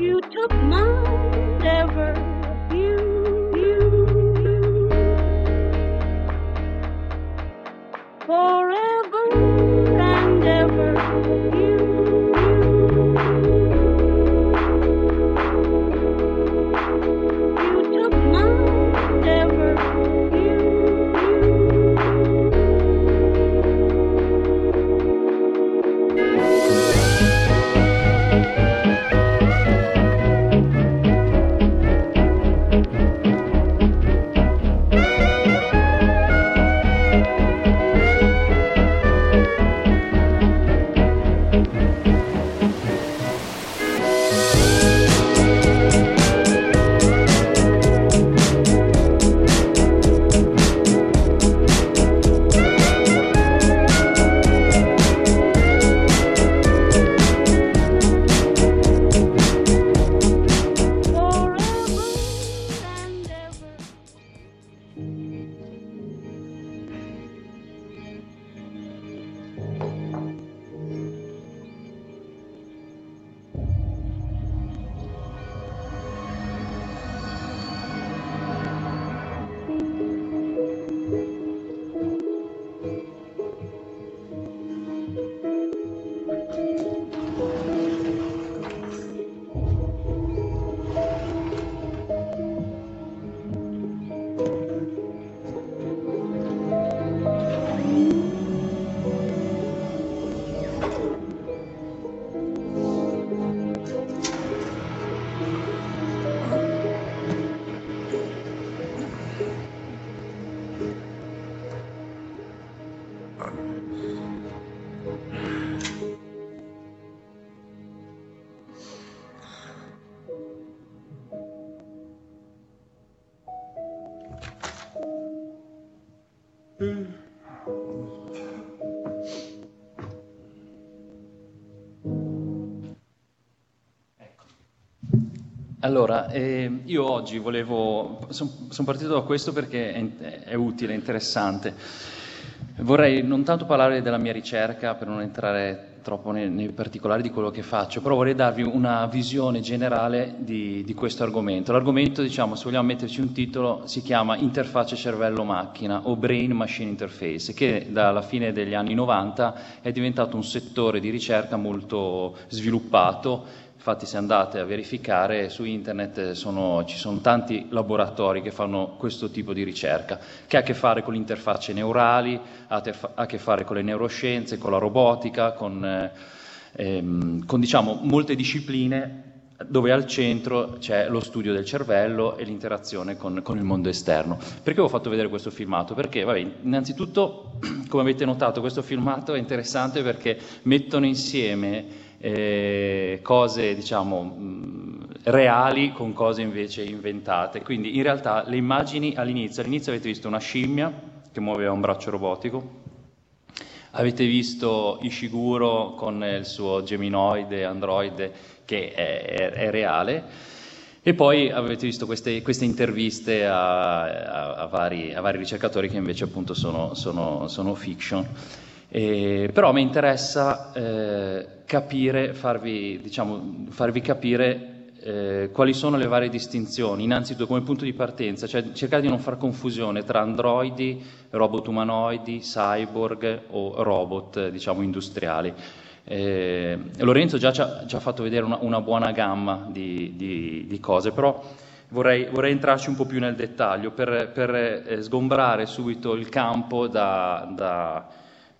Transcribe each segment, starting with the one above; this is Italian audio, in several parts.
You took my ever forever and ever you took my ever Allora, io oggi sono partito da questo perché è utile, è interessante. Vorrei non tanto parlare della mia ricerca per non entrare troppo nei particolari di quello che faccio, però vorrei darvi una visione generale di questo argomento. L'argomento, diciamo, se vogliamo metterci un titolo, si chiama interfaccia cervello-macchina o Brain-Machine Interface, che dalla fine degli anni 90 è diventato un settore di ricerca molto sviluppato. Infatti se andate a verificare su internet ci sono tanti laboratori che fanno questo tipo di ricerca, che ha a che fare con le interfacce neurali, ha a che fare con le neuroscienze, con la robotica, con diciamo molte discipline dove al centro c'è lo studio del cervello e l'interazione con il mondo esterno. Perché ho fatto vedere questo filmato? Perché, vabbè, innanzitutto, come avete notato, questo filmato è interessante perché mettono insieme cose, diciamo, reali con cose invece inventate. Quindi in realtà le immagini all'inizio avete visto una scimmia che muoveva un braccio robotico, avete visto Ishiguro con il suo geminoide, androide, che è reale, e poi avete visto queste interviste a vari ricercatori che invece appunto sono fiction. Però mi interessa farvi capire quali sono le varie distinzioni, innanzitutto come punto di partenza, cioè cercare di non far confusione tra androidi, robot umanoidi, cyborg o robot, diciamo, industriali. Lorenzo già ci ha fatto vedere una buona gamma di cose, però vorrei entrarci un po' più nel dettaglio per sgombrare subito il campo da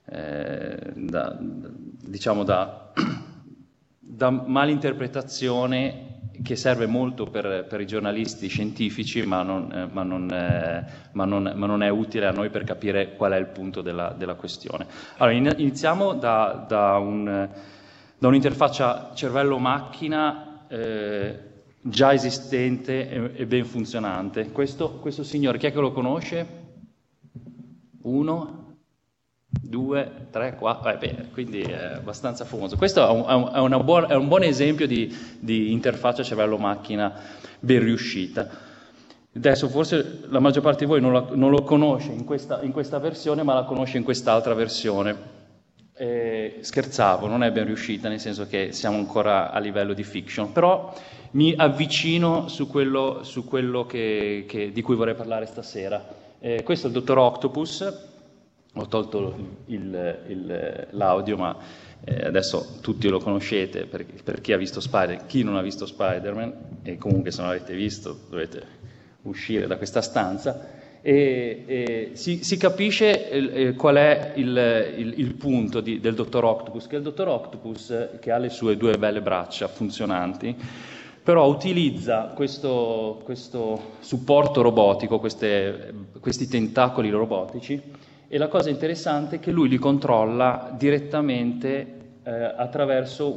malinterpretazione, che serve molto per i giornalisti scientifici, ma non è utile a noi per capire qual è il punto della questione. Allora, iniziamo da un'interfaccia cervello-macchina già esistente e ben funzionante. Questo signore, chi è che lo conosce? 1, 2, 3, 4, quindi è abbastanza famoso. Questo è un buon esempio di interfaccia cervello-macchina ben riuscita. Adesso forse la maggior parte di voi non lo conosce in questa versione, ma la conosce in quest'altra versione. Scherzavo, non è ben riuscita, nel senso che siamo ancora a livello di fiction, però mi avvicino su quello di cui vorrei parlare stasera. Questo è il Dottor Octopus. Ho tolto l'audio, ma adesso tutti lo conoscete per chi ha visto Spider-Man. Chi non ha visto Spider-Man, e comunque se non l'avete visto dovete uscire da questa stanza, e si capisce qual è il punto del Dottor Octopus, che il Dottor Octopus, che ha le sue due belle braccia funzionanti, però utilizza questo supporto robotico, questi tentacoli robotici, e la cosa interessante è che lui li controlla direttamente attraverso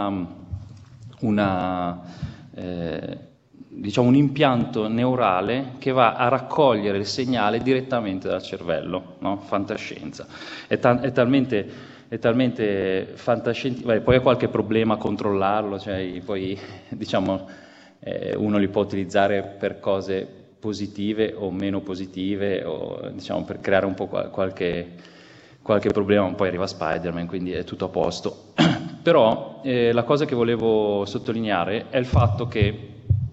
diciamo un impianto neurale che va a raccogliere il segnale direttamente dal cervello, no? Fantascienza. È talmente fantascientifico, poi ha qualche problema a controllarlo, cioè poi diciamo uno li può utilizzare per cose positive o meno positive, o diciamo per creare un po' qualche problema, poi arriva Spider-Man, quindi è tutto a posto. Però la cosa che volevo sottolineare è il fatto che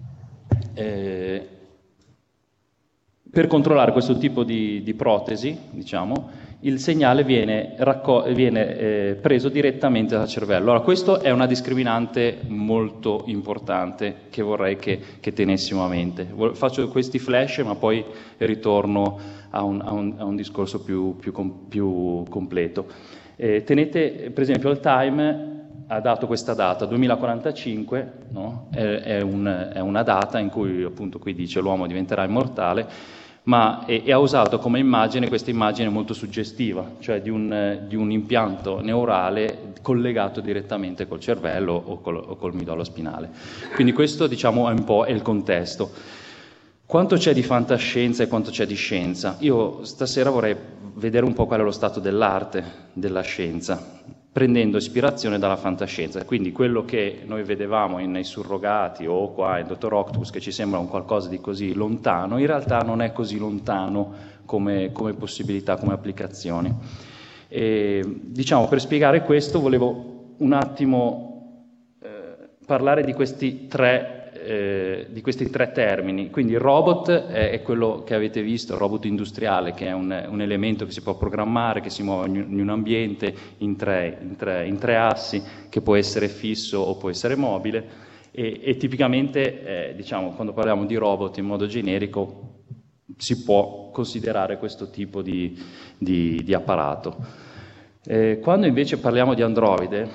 per controllare questo tipo di protesi, diciamo, il segnale viene preso direttamente dal cervello. Allora, questo è una discriminante molto importante che vorrei che tenessimo a mente. Faccio questi flash, ma poi ritorno a un discorso più completo. Tenete, per esempio, il Time ha dato questa data, 2045, no? È una data in cui, appunto, qui dice l'uomo diventerà immortale, ma ha usato come immagine questa immagine molto suggestiva, cioè di un impianto neurale collegato direttamente col cervello o col midollo spinale. Quindi questo, diciamo, è il contesto. Quanto c'è di fantascienza e quanto c'è di scienza? Io stasera vorrei vedere un po' qual è lo stato dell'arte della scienza, prendendo ispirazione dalla fantascienza. Quindi quello che noi vedevamo nei surrogati o qua in Dottor Octopus, che ci sembra un qualcosa di così lontano, in realtà non è così lontano come possibilità, come applicazioni. Diciamo, per spiegare questo volevo un attimo parlare di questi tre termini. Quindi il robot è quello che avete visto, il robot industriale, che è un elemento che si può programmare, che si muove in un ambiente in tre assi, che può essere fisso o può essere mobile, e tipicamente diciamo, quando parliamo di robot in modo generico si può considerare questo tipo di apparato. Quando invece parliamo di androide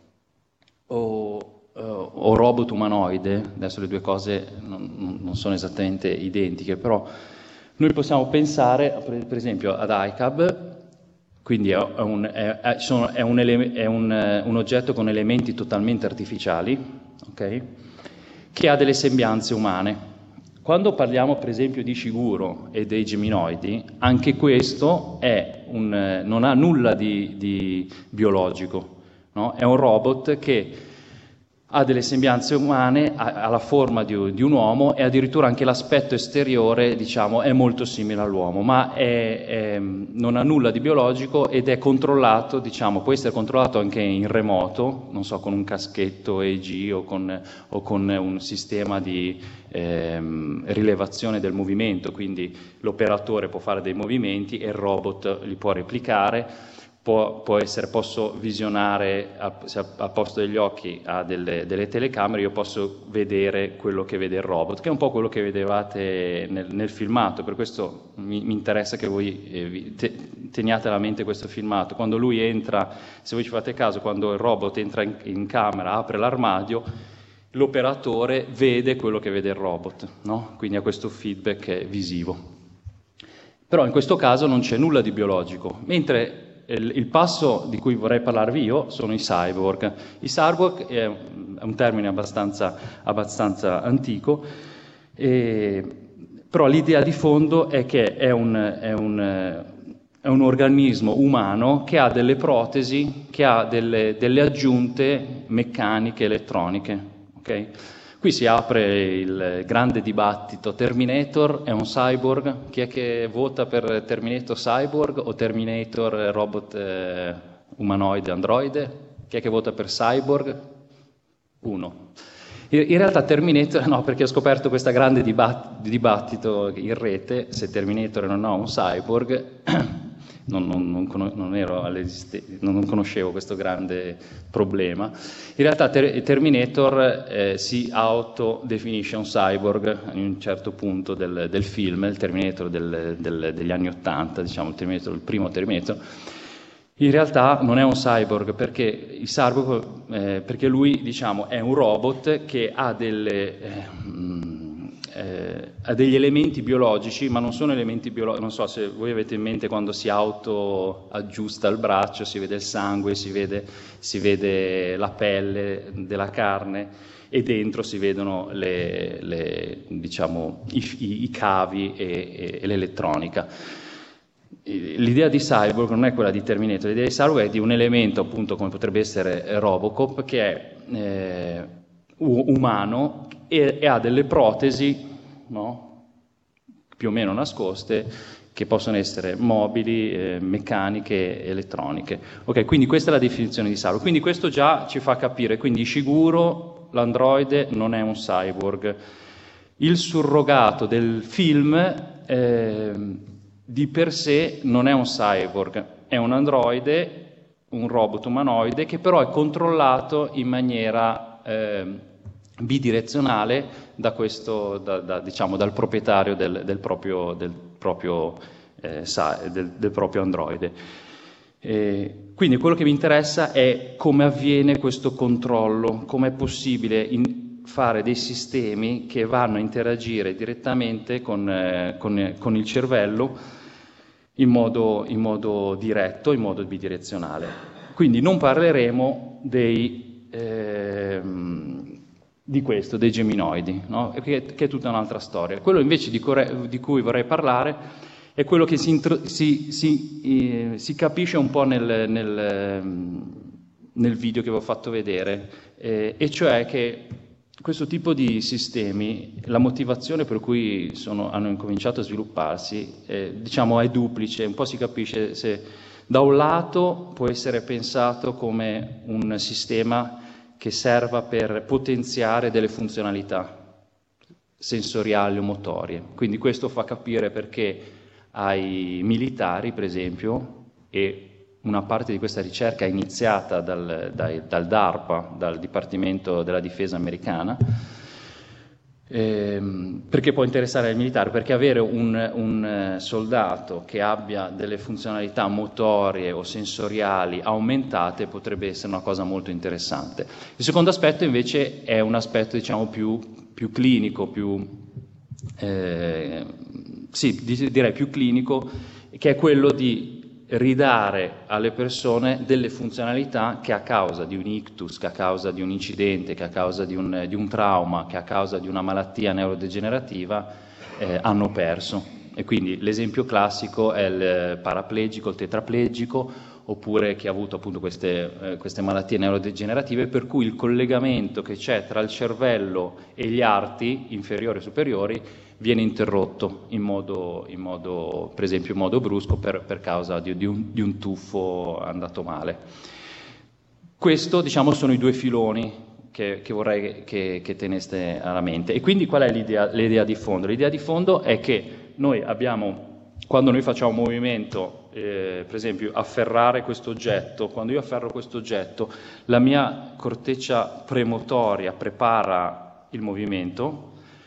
o robot umanoide, adesso le due cose non sono esattamente identiche, però noi possiamo pensare per esempio ad iCab, quindi è un oggetto con elementi totalmente artificiali, okay? Che ha delle sembianze umane. Quando parliamo per esempio di Shiguro e dei geminoidi, anche questo non ha nulla di biologico, no? È un robot che ha delle sembianze umane, ha la forma di un uomo, e addirittura anche l'aspetto esteriore, diciamo, è molto simile all'uomo, ma non ha nulla di biologico ed è controllato, diciamo, può essere controllato anche in remoto, non so, con un caschetto EEG o con un sistema di rilevazione del movimento, quindi l'operatore può fare dei movimenti e il robot li può replicare. Posso visionare, se al posto degli occhi ha delle telecamere, io posso vedere quello che vede il robot, che è un po' quello che vedevate nel filmato. Per questo mi interessa che voi teniate alla mente questo filmato. Quando lui entra, se voi ci fate caso, quando il robot entra in camera, apre l'armadio, l'operatore vede quello che vede il robot, no? Quindi ha questo feedback visivo. Però in questo caso non c'è nulla di biologico, mentre il passo di cui vorrei parlarvi io sono i cyborg. I cyborg è un termine abbastanza antico, però l'idea di fondo è che è un organismo umano che ha delle protesi, che ha delle aggiunte meccaniche, elettroniche. Okay? Qui si apre il grande dibattito: Terminator è un cyborg? Chi è che vota per Terminator cyborg o Terminator robot umanoide, androide? Chi è che vota per cyborg? 1. In realtà Terminator, no, perché ho scoperto questo grande dibattito in rete, se Terminator non ha un cyborg, non conoscevo questo grande problema. In realtà Terminator si autodefinisce un cyborg a un certo punto del film, il Terminator degli anni '80, diciamo, il primo Terminator. In realtà non è un cyborg perché perché lui, diciamo, è un robot che ha degli elementi biologici, ma non sono elementi biologici. Non so se voi avete in mente quando si auto-aggiusta il braccio, si vede il sangue, si vede la pelle della carne e dentro si vedono diciamo, i cavi e l'elettronica. L'idea di cyborg non è quella di Terminator, l'idea di cyborg è di un elemento, appunto, come potrebbe essere Robocop, che è umano e ha delle protesi, no? Più o meno nascoste, che possono essere mobili, meccaniche, elettroniche. Ok, quindi questa è la definizione di cyborg. Quindi questo già ci fa capire, quindi Ishiguro, l'androide, non è un cyborg. Il surrogato del film di per sé non è un cyborg, è un androide, un robot umanoide che però è controllato in maniera bidirezionale diciamo, dal proprietario del proprio androide. Quindi quello che mi interessa è come avviene questo controllo, come è possibile fare dei sistemi che vanno a interagire direttamente con il cervello in modo diretto, in modo bidirezionale. Quindi non parleremo di questo, dei geminoidi, no? che è tutta un'altra storia. Quello invece di cui vorrei parlare è quello che si capisce un po' nel video che vi ho fatto vedere, e cioè che questo tipo di sistemi, la motivazione per cui hanno incominciato a svilupparsi, diciamo, è duplice. Un po' si capisce se da un lato può essere pensato come un sistema che serva per potenziare delle funzionalità sensoriali o motorie. Quindi questo fa capire perché ai militari, per esempio, e una parte di questa ricerca è iniziata dal DARPA, dal Dipartimento della Difesa americana, perché può interessare ai militari, perché avere un soldato che abbia delle funzionalità motorie o sensoriali aumentate potrebbe essere una cosa molto interessante. Il secondo aspetto invece è un aspetto, diciamo, più clinico, direi più clinico, che è quello di ridare alle persone delle funzionalità che a causa di un ictus, che a causa di un incidente, che a causa di un trauma, che a causa di una malattia neurodegenerativa hanno perso. E quindi l'esempio classico è il paraplegico, il tetraplegico, oppure chi ha avuto appunto queste malattie neurodegenerative, per cui il collegamento che c'è tra il cervello e gli arti inferiori e superiori viene interrotto per esempio in modo brusco per causa di un tuffo andato male. Questo, diciamo, sono i due filoni che vorrei che teneste alla mente. E quindi qual è l'idea di fondo? L'idea di fondo è che quando noi facciamo un movimento, per esempio afferrare questo oggetto, quando io afferro questo oggetto, la mia corteccia premotoria prepara il movimento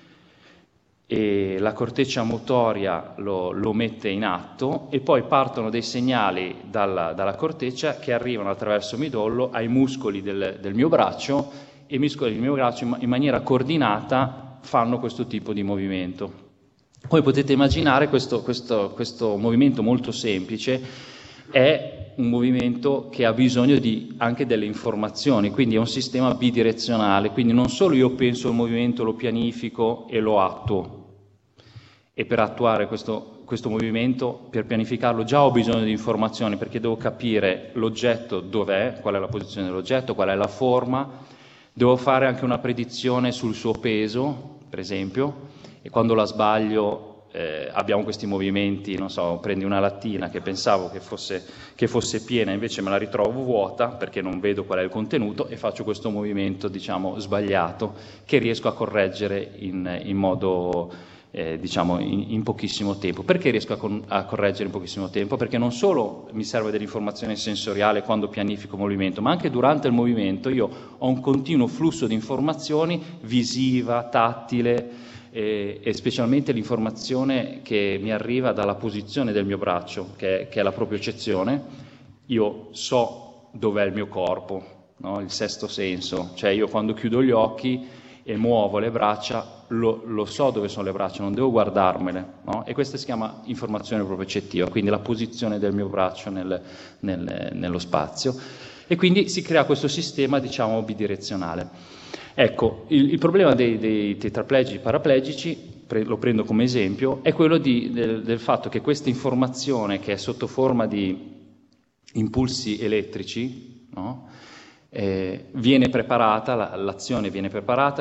e la corteccia motoria lo mette in atto, e poi partono dei segnali dalla corteccia che arrivano attraverso il midollo ai muscoli del mio braccio, e i muscoli del mio braccio in maniera coordinata fanno questo tipo di movimento. Come potete immaginare, questo movimento molto semplice è un movimento che ha bisogno anche delle informazioni, quindi è un sistema bidirezionale, quindi non solo io penso al movimento, lo pianifico e lo attuo, e per attuare questo movimento, per pianificarlo, già ho bisogno di informazioni, perché devo capire l'oggetto dov'è, qual è la posizione dell'oggetto, qual è la forma, devo fare anche una predizione sul suo peso, per esempio, e quando la sbaglio abbiamo questi movimenti, non so, prendi una lattina che pensavo che fosse piena, invece me la ritrovo vuota perché non vedo qual è il contenuto e faccio questo movimento, diciamo, sbagliato, che riesco a correggere in modo diciamo in pochissimo tempo. Perché riesco a correggere in pochissimo tempo? Perché non solo mi serve dell'informazione sensoriale quando pianifico movimento, ma anche durante il movimento io ho un continuo flusso di informazioni visiva, tattile e specialmente l'informazione che mi arriva dalla posizione del mio braccio, che è la propriocezione. Io so dov'è il mio corpo, no? Il sesto senso, cioè io quando chiudo gli occhi e muovo le braccia, lo so dove sono le braccia, non devo guardarmele, no? E questa si chiama informazione proprio-cettiva, quindi la posizione del mio braccio nello spazio. E quindi si crea questo sistema, diciamo, bidirezionale. Ecco, il problema dei tetraplegici paraplegici, lo prendo come esempio, è quello del fatto che questa informazione, che è sotto forma di impulsi elettrici, no? Viene preparata, l'azione viene preparata,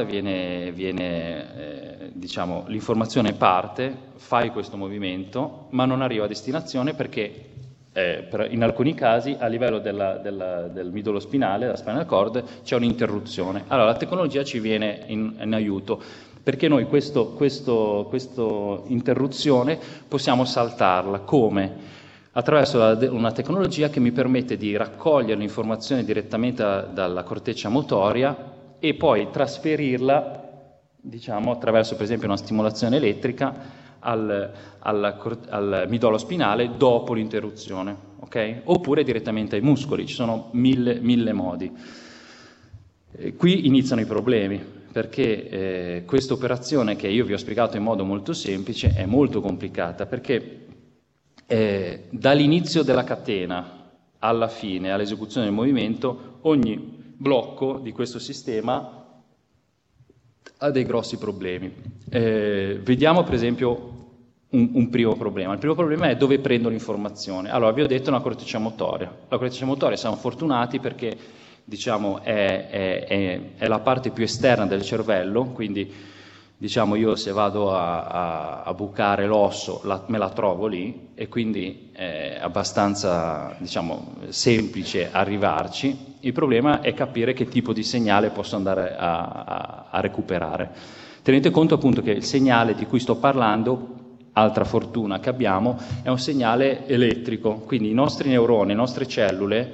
diciamo, l'informazione parte, fai questo movimento, ma non arriva a destinazione perché in alcuni casi a livello del midollo spinale, della spinal cord, c'è un'interruzione. Allora la tecnologia ci viene in aiuto, perché noi questa interruzione possiamo saltarla. Come? Attraverso una tecnologia che mi permette di raccogliere l'informazione direttamente dalla corteccia motoria e poi trasferirla, diciamo, attraverso per esempio una stimolazione elettrica al midollo spinale dopo l'interruzione, ok? Oppure direttamente ai muscoli, ci sono mille modi. Qui iniziano i problemi, perché questa operazione che io vi ho spiegato in modo molto semplice è molto complicata, perché dall'inizio della catena alla fine, all'esecuzione del movimento, ogni blocco di questo sistema ha dei grossi problemi. Vediamo per esempio un primo problema. Il primo problema è dove prendo l'informazione. Allora, vi ho detto una corteccia motoria. La corteccia motoria siamo fortunati perché, diciamo, è la parte più esterna del cervello, quindi diciamo io se vado a bucare l'osso me la trovo lì e quindi è abbastanza, diciamo, semplice arrivarci. Il problema è capire che tipo di segnale posso andare a recuperare. Tenete conto appunto che il segnale di cui sto parlando, altra fortuna che abbiamo, è un segnale elettrico, quindi i nostri neuroni, le nostre cellule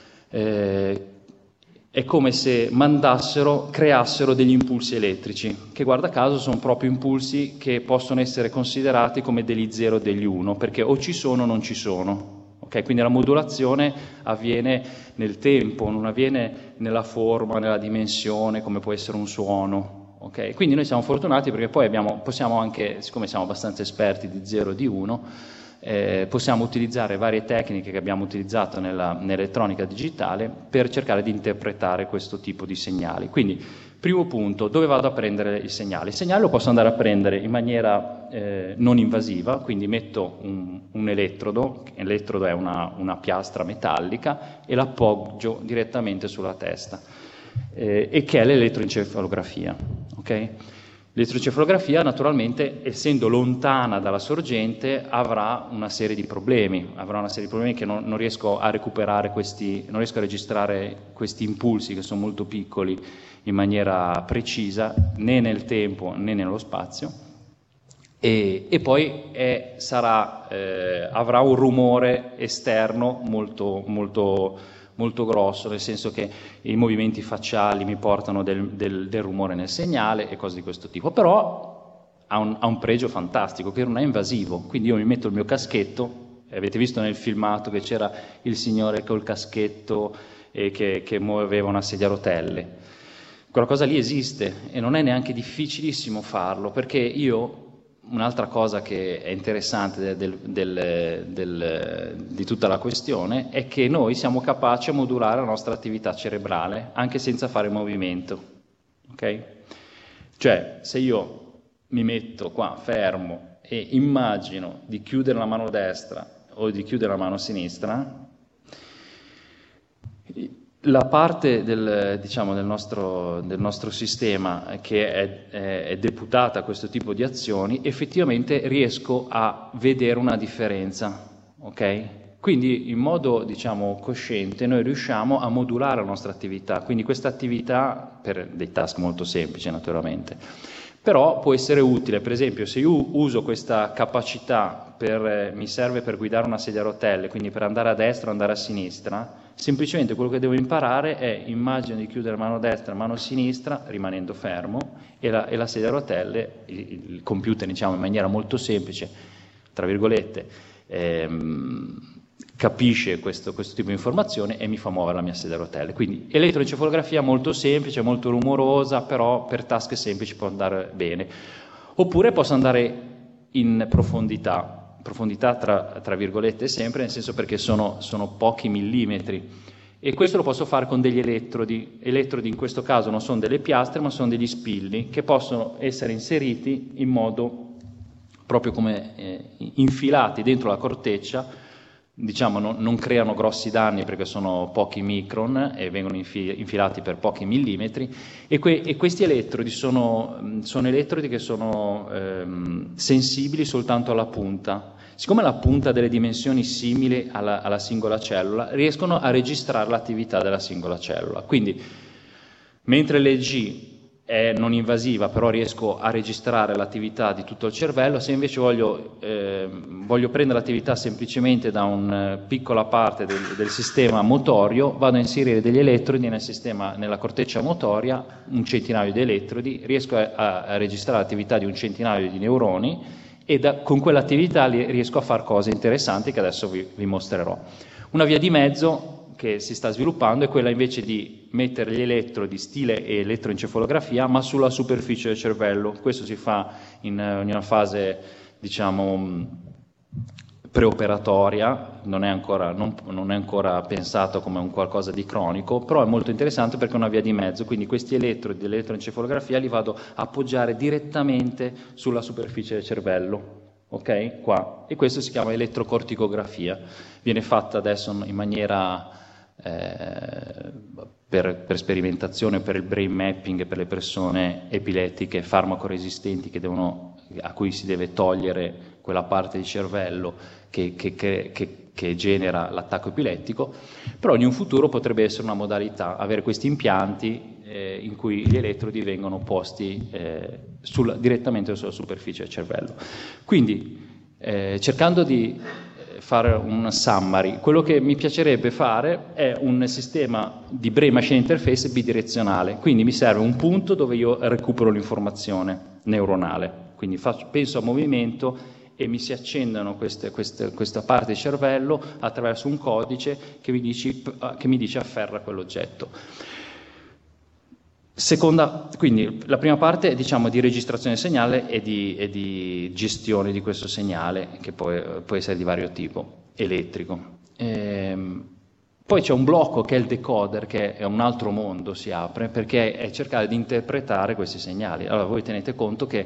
è come se creassero degli impulsi elettrici, che guarda caso sono proprio impulsi che possono essere considerati come degli 0 e degli 1, perché o ci sono o non ci sono. Okay? Quindi la modulazione avviene nel tempo, non avviene nella forma, nella dimensione, come può essere un suono. Okay? Quindi noi siamo fortunati perché poi possiamo anche, siccome siamo abbastanza esperti di 0 e di 1, possiamo utilizzare varie tecniche che abbiamo utilizzato nell'elettronica digitale per cercare di interpretare questo tipo di segnali. Quindi, primo punto, dove vado a prendere il segnale? Il segnale lo posso andare a prendere in maniera non invasiva, quindi metto un elettrodo, l'elettrodo è una piastra metallica, e l'appoggio direttamente sulla testa, e che è l'elettroencefalografia. Okay? L'elettroencefalografia, naturalmente, essendo lontana dalla sorgente, avrà una serie di problemi che non riesco a recuperare non riesco a registrare questi impulsi che sono molto piccoli in maniera precisa, né nel tempo né nello spazio, e poi avrà un rumore esterno molto grosso, nel senso che i movimenti facciali mi portano del rumore nel segnale e cose di questo tipo. Però ha un pregio fantastico, che non è invasivo. Quindi io mi metto il mio caschetto, avete visto nel filmato che c'era il signore col caschetto e che muoveva una sedia a rotelle. Quella cosa lì esiste e non è neanche difficilissimo farlo, perché un'altra cosa che è interessante di tutta la questione è che noi siamo capaci a modulare la nostra attività cerebrale anche senza fare movimento, ok? Cioè, se io mi metto qua fermo e immagino di chiudere la mano destra o di chiudere la mano sinistra, La parte diciamo, del nostro sistema che è deputata a questo tipo di azioni, effettivamente riesco a vedere una differenza, ok? Quindi in modo, diciamo, cosciente noi riusciamo a modulare la nostra attività, quindi questa attività, per dei task molto semplici naturalmente, però può essere utile. Per esempio, se io uso questa capacità mi serve per guidare una sedia a rotelle, quindi per andare a destra o andare a sinistra, semplicemente quello che devo imparare è immagino di chiudere mano destra, mano sinistra, rimanendo fermo, e la sedia a rotelle, il computer, diciamo, in maniera molto semplice, tra virgolette, capisce questo tipo di informazione e mi fa muovere la mia sedia a rotelle. Quindi elettroencefalografia molto semplice, molto rumorosa, però per task semplici può andare bene. Oppure posso andare in profondità tra virgolette sempre, nel senso perché sono pochi millimetri, e questo lo posso fare con degli elettrodi in questo caso non sono delle piastre ma sono degli spilli che possono essere inseriti in modo proprio come infilati dentro la corteccia, diciamo non creano grossi danni perché sono pochi micron e vengono infilati per pochi millimetri, e questi elettrodi sono elettrodi che sono sensibili soltanto alla punta. Siccome la punta ha delle dimensioni simili alla singola cellula, riescono a registrare l'attività della singola cellula. Quindi, mentre l'EEG è non invasiva, però riesco a registrare l'attività di tutto il cervello, se invece voglio prendere l'attività semplicemente da una piccola parte del sistema motorio, vado a inserire degli elettrodi nella corteccia motoria, un centinaio di elettrodi, riesco a registrare l'attività di un centinaio di neuroni, e con quell'attività riesco a fare cose interessanti che adesso vi mostrerò. Una via di mezzo che si sta sviluppando è quella invece di mettere gli elettrodi stile elettroencefalografia ma sulla superficie del cervello. Questo si fa in una fase, diciamo, preoperatoria, non è ancora pensato come un qualcosa di cronico, però è molto interessante perché è una via di mezzo, quindi questi elettrodi dell'elettroencefalografia li vado a appoggiare direttamente sulla superficie del cervello, ok? Qua. E questo si chiama elettrocorticografia, viene fatta adesso in maniera per sperimentazione, per il brain mapping, per le persone epilettiche, farmacoresistenti a cui si deve togliere quella parte di cervello che genera l'attacco epilettico, però in un futuro potrebbe essere una modalità avere questi impianti in cui gli elettrodi vengono posti direttamente sulla superficie del cervello. Quindi, cercando di fare un summary, quello che mi piacerebbe fare è un sistema di brain machine interface bidirezionale, quindi mi serve un punto dove io recupero l'informazione neuronale, quindi penso a movimento e mi si accendono questa parte di cervello attraverso un codice che mi dice afferra quell'oggetto. Quindi la prima parte è, diciamo, di registrazione del segnale e di gestione di questo segnale, che può essere di vario tipo, elettrico. Poi c'è un blocco che è il decoder, che è un altro mondo, si apre, perché è cercare di interpretare questi segnali. Allora voi tenete conto che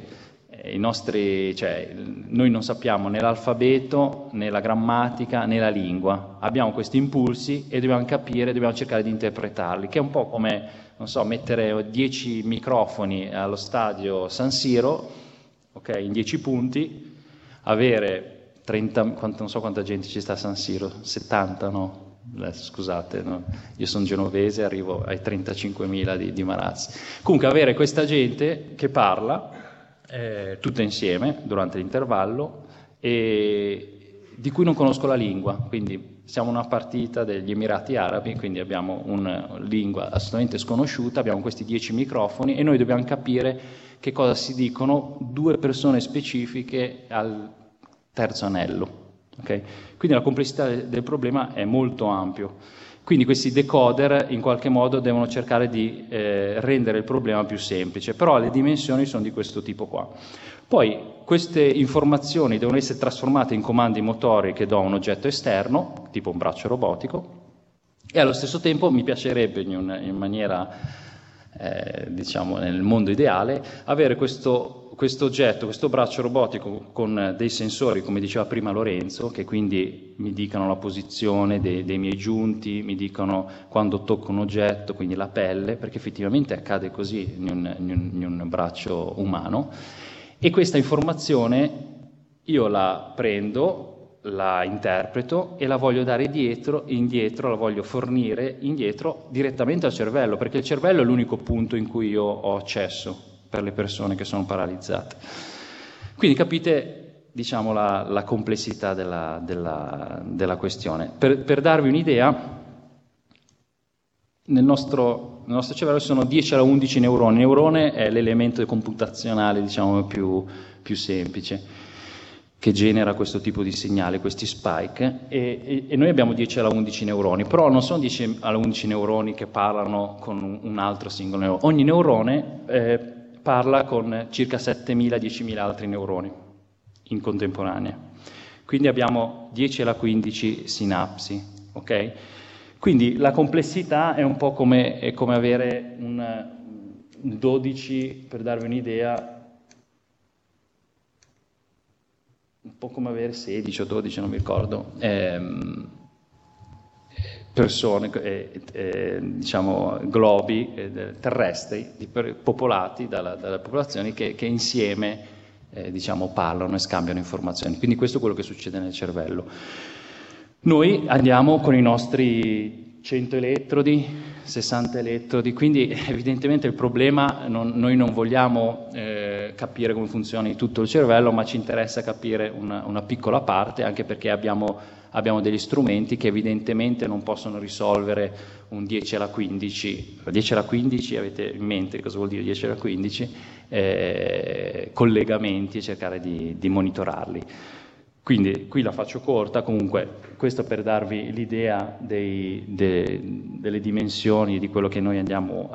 noi non sappiamo né l'alfabeto, né la grammatica, né la lingua. Abbiamo questi impulsi e dobbiamo cercare di interpretarli, che è un po' come, non so, mettere 10 microfoni allo stadio San Siro, ok, in 10 punti, avere 30, non so quanta gente ci sta a San Siro, 70, no? Scusate, no? Io sono genovese, arrivo ai 35.000 di Marazzi. Comunque avere questa gente che parla tutte insieme durante l'intervallo e di cui non conosco la lingua, quindi siamo una partita degli Emirati Arabi, quindi abbiamo una lingua assolutamente sconosciuta, abbiamo questi 10 microfoni e noi dobbiamo capire che cosa si dicono due persone specifiche al terzo anello, okay? Quindi la complessità del problema è molto ampio. Quindi questi decoder in qualche modo devono cercare di rendere il problema più semplice, però le dimensioni sono di questo tipo qua. Poi queste informazioni devono essere trasformate in comandi motori che do a un oggetto esterno, tipo un braccio robotico, e allo stesso tempo mi piacerebbe in maniera diciamo nel mondo ideale, avere questo oggetto, questo braccio robotico con dei sensori, come diceva prima Lorenzo, che quindi mi dicano la posizione dei miei giunti, mi dicono quando tocco un oggetto, quindi la pelle, perché effettivamente accade così in un braccio umano, e questa informazione io la prendo, la interpreto e la voglio dare indietro, la voglio fornire indietro direttamente al cervello, perché il cervello è l'unico punto in cui io ho accesso per le persone che sono paralizzate. Quindi capite, diciamo, la complessità della questione. Per darvi un'idea, nel nostro cervello ci sono 10 alla 11 neuroni. Il neurone è l'elemento computazionale, diciamo, più semplice, che genera questo tipo di segnale, questi spike, e noi abbiamo 10 alla 11 neuroni, però non sono 10 alla 11 neuroni che parlano con un altro singolo neurone. Ogni neurone parla con circa 7.000-10.000 altri neuroni in contemporanea. Quindi abbiamo 10 alla 15 sinapsi, ok? Quindi la complessità è un po' come avere un 12, per darvi un'idea, un po' come avere 16 o 12, non mi ricordo, persone, diciamo globi terrestri popolati dalle popolazioni che insieme diciamo parlano e scambiano informazioni. Quindi questo è quello che succede nel cervello. Noi andiamo con i nostri 100 elettrodi, 60 elettrodi, quindi evidentemente il problema, noi non vogliamo capire come funziona tutto il cervello, ma ci interessa capire una piccola parte, anche perché abbiamo degli strumenti che evidentemente non possono risolvere un 10 alla 15. 10 alla 15 avete in mente cosa vuol dire 10 alla 15? Collegamenti e cercare di monitorarli. Quindi qui la faccio corta, comunque questo per darvi l'idea delle dimensioni di quello che noi andiamo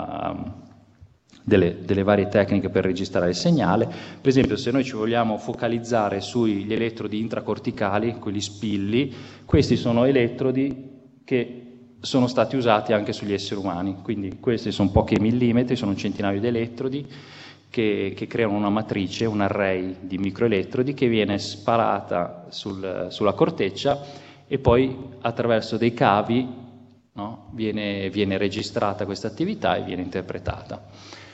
delle varie tecniche per registrare il segnale. Per esempio, se noi ci vogliamo focalizzare sugli elettrodi intracorticali, quelli spilli, questi sono elettrodi che sono stati usati anche sugli esseri umani, quindi questi sono pochi millimetri, sono un centinaio di elettrodi che creano una matrice, un array di microelettrodi che viene sparata sulla corteccia e poi attraverso dei cavi, no, viene registrata questa attività e viene interpretata.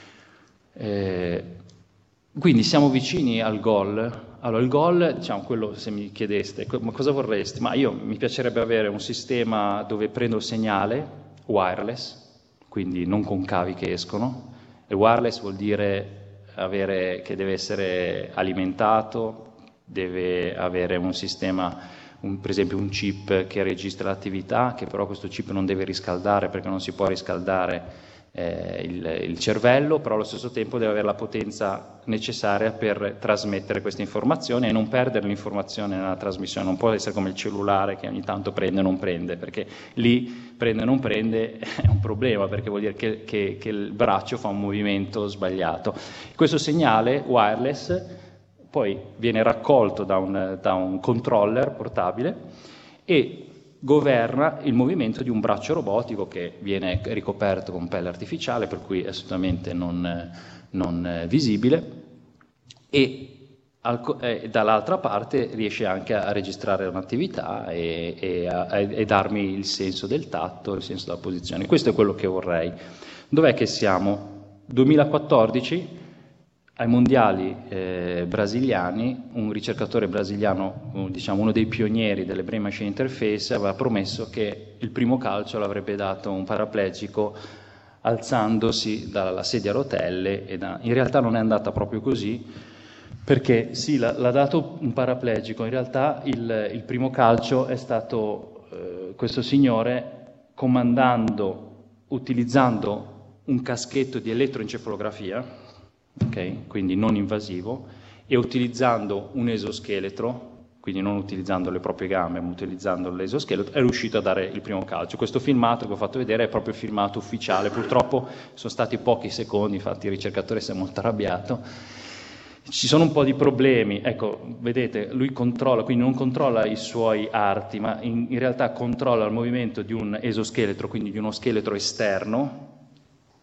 Quindi siamo vicini al goal. Allora il goal, diciamo, quello, se mi chiedeste ma cosa vorresti, ma mi piacerebbe avere un sistema dove prendo il segnale wireless, quindi non con cavi che escono, e wireless vuol dire che deve essere alimentato, deve avere un sistema, per esempio un chip che registra l'attività, che però questo chip non deve riscaldare perché non si può riscaldare il cervello, però allo stesso tempo deve avere la potenza necessaria per trasmettere queste informazioni e non perdere l'informazione nella trasmissione. Non può essere come il cellulare che ogni tanto prende o non prende, perché lì prende o non prende è un problema, perché vuol dire che il braccio fa un movimento sbagliato. Questo segnale wireless poi viene raccolto da un controller portabile e governa il movimento di un braccio robotico che viene ricoperto con pelle artificiale, per cui è assolutamente non visibile, e dall'altra parte riesce anche a registrare un'attività e darmi il senso del tatto, il senso della posizione. Questo è quello che vorrei. Dov'è che siamo? 2014, ai mondiali brasiliani, un ricercatore brasiliano, diciamo uno dei pionieri delle Brain Machine Interface, aveva promesso che il primo calcio l'avrebbe dato un paraplegico alzandosi dalla sedia a rotelle, e in realtà non è andata proprio così, perché sì, l'ha dato un paraplegico, in realtà il primo calcio è stato questo signore utilizzando un caschetto di elettroencefalografia, ok, quindi non invasivo, e utilizzando un esoscheletro, quindi non utilizzando le proprie gambe ma utilizzando l'esoscheletro, è riuscito a dare il primo calcio. Questo filmato che ho fatto vedere è proprio il filmato ufficiale, purtroppo sono stati pochi secondi, infatti il ricercatore si è molto arrabbiato. Ci sono un po' di problemi, ecco, vedete, lui controlla, quindi non controlla i suoi arti, ma in realtà controlla il movimento di un esoscheletro, quindi di uno scheletro esterno,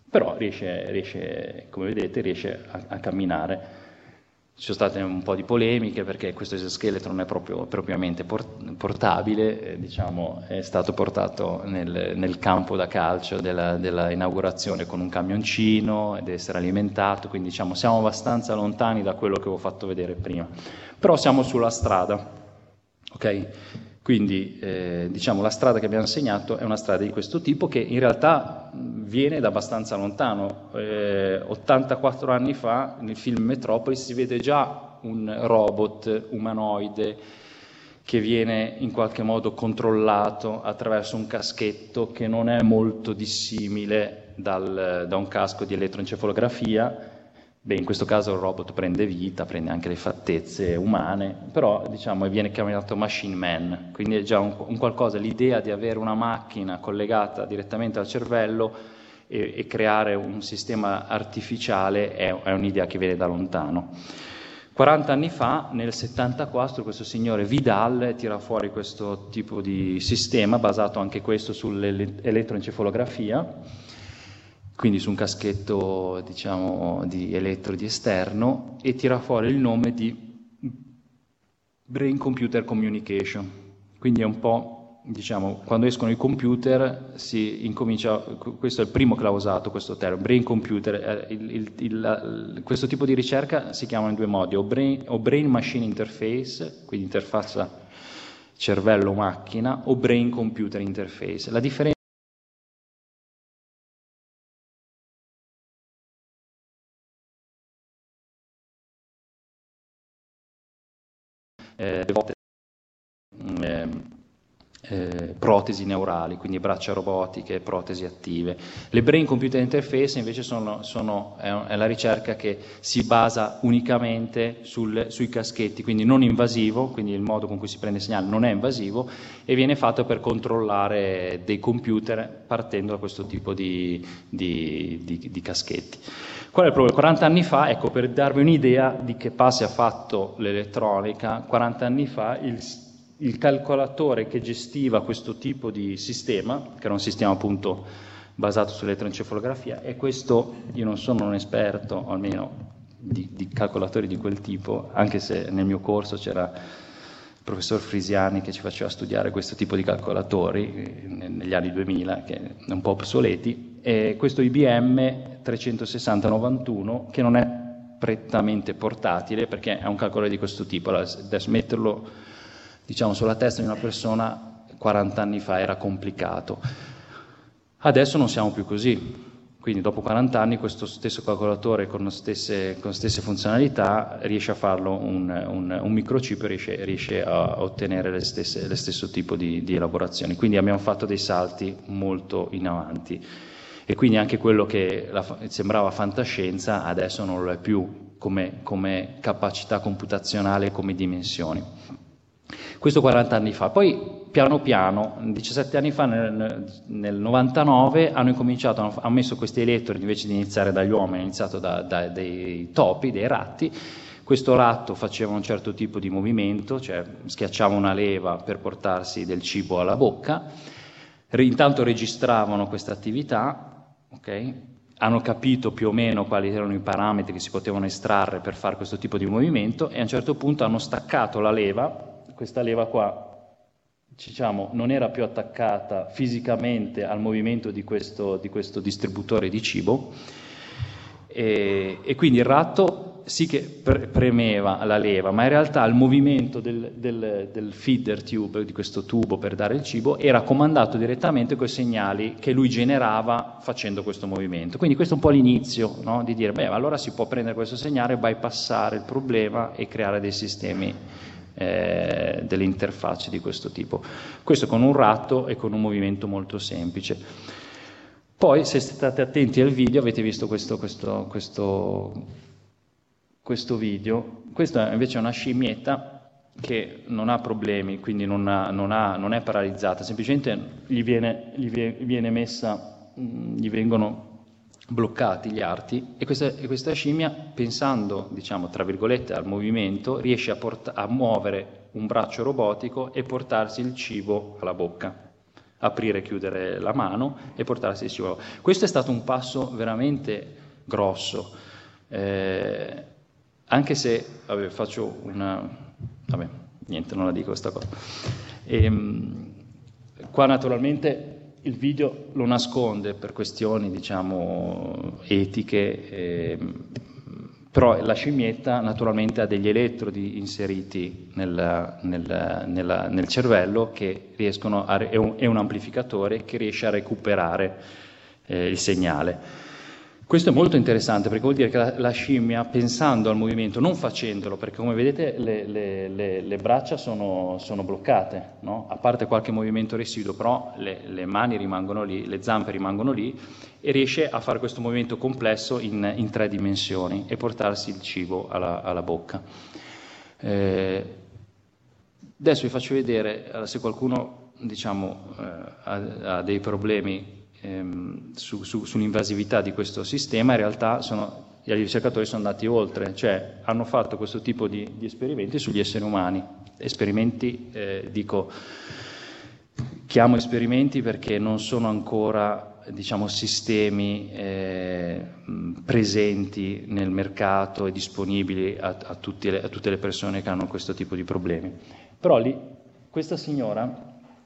però riesce, come vedete, riesce a camminare. Ci sono state un po' di polemiche perché questo esoscheletro non è propriamente portabile, diciamo, è stato portato nel campo da calcio della inaugurazione con un camioncino, deve essere alimentato, quindi diciamo siamo abbastanza lontani da quello che avevo fatto vedere prima. Però siamo sulla strada, ok? Quindi diciamo la strada che abbiamo segnato è una strada di questo tipo che in realtà viene da abbastanza lontano. 84 anni fa nel film Metropolis si vede già un robot umanoide che viene in qualche modo controllato attraverso un caschetto che non è molto dissimile da un casco di elettroencefalografia. Beh, in questo caso il robot prende vita, prende anche le fattezze umane, però diciamo viene chiamato Machine Man, quindi è già un qualcosa, l'idea di avere una macchina collegata direttamente al cervello e creare un sistema artificiale è un'idea che viene da lontano. 40 anni fa, nel 74, questo signore Vidal tira fuori questo tipo di sistema, basato anche questo sull'elettroencefalografia, quindi su un caschetto, diciamo, di elettrodi esterno, e tira fuori il nome di Brain Computer Communication. Quindi è un po', diciamo, quando escono i computer si incomincia, questo è il primo che l'ha usato questo termine, Brain Computer, questo tipo di ricerca si chiama in due modi, o Brain Machine Interface, quindi interfaccia cervello-macchina, o Brain Computer Interface. La differenza volte protesi neurali, quindi braccia robotiche, protesi attive. Le Brain Computer Interface invece è la ricerca che si basa unicamente sui caschetti, quindi non invasivo, quindi il modo con cui si prende il segnale non è invasivo e viene fatto per controllare dei computer partendo da questo tipo di caschetti. Qual è il problema? 40 anni fa, ecco, per darvi un'idea di che passi ha fatto l'elettronica, 40 anni fa il calcolatore che gestiva questo tipo di sistema, che era un sistema appunto basato sull'elettroencefalografia, e questo, io non sono un esperto, almeno di calcolatori di quel tipo, anche se nel mio corso c'era il professor Frisiani che ci faceva studiare questo tipo di calcolatori negli anni 2000, che è un po' obsoleti, e questo IBM 36091, che non è prettamente portatile perché è un calcolatore di questo tipo. Allora, adesso metterlo, diciamo, sulla testa di una persona 40 anni fa era complicato. Adesso non siamo più così. Quindi dopo 40 anni questo stesso calcolatore con le stesse funzionalità riesce a farlo un microchip e riesce a ottenere lo stesso tipo di elaborazioni. Quindi abbiamo fatto dei salti molto in avanti. E quindi anche quello che sembrava fantascienza adesso non lo è più come capacità computazionale, come dimensioni. Questo 40 anni fa. Poi piano piano, 17 anni fa, nel 99, hanno messo questi elettrodi, invece di iniziare dagli uomini, hanno iniziato da dei topi, dei ratti. Questo ratto faceva un certo tipo di movimento, cioè schiacciava una leva per portarsi del cibo alla bocca. Intanto registravano questa attività. Okay? Hanno capito più o meno quali erano i parametri che si potevano estrarre per fare questo tipo di movimento e a un certo punto hanno staccato la leva. Questa leva qua, diciamo, non era più attaccata fisicamente al movimento di questo distributore di cibo e quindi il ratto sì che premeva la leva, ma in realtà il movimento del feeder tube, di questo tubo per dare il cibo, era comandato direttamente con i segnali che lui generava facendo questo movimento. Quindi questo è un po' l'inizio, no? Di dire, beh, allora si può prendere questo segnale, bypassare il problema e creare dei sistemi, delle interfacce di questo tipo. Questo con un ratto e con un movimento molto semplice. Poi, se state attenti al video, avete visto questo video. Questa invece è una scimmietta che non ha problemi, quindi non è paralizzata, semplicemente gli vengono bloccati gli arti e questa scimmia, pensando, diciamo, tra virgolette, al movimento, riesce a muovere un braccio robotico e portarsi il cibo alla bocca. aprire e chiudere la mano e portarsi il cibo. Questo è stato un passo veramente grosso, anche se, faccio una... niente, non la dico questa cosa. Qua naturalmente il video lo nasconde per questioni, diciamo, etiche, però la scimmietta naturalmente ha degli elettrodi inseriti nel cervello che riescono è un amplificatore che riesce a recuperare il segnale. Questo è molto interessante perché vuol dire che la scimmia, pensando al movimento, non facendolo, perché come vedete le braccia sono bloccate, no? A parte qualche movimento residuo, però le mani rimangono lì, le zampe rimangono lì, e riesce a fare questo movimento complesso in 3 dimensioni e portarsi il cibo alla bocca. Adesso vi faccio vedere, se qualcuno, diciamo, ha dei problemi sull'invasività di questo sistema, in realtà gli ricercatori sono andati oltre, cioè hanno fatto questo tipo di esperimenti sugli esseri umani. Esperimenti, chiamo esperimenti perché non sono ancora, diciamo, sistemi presenti nel mercato e disponibili a tutte le persone che hanno questo tipo di problemi. Però lì questa signora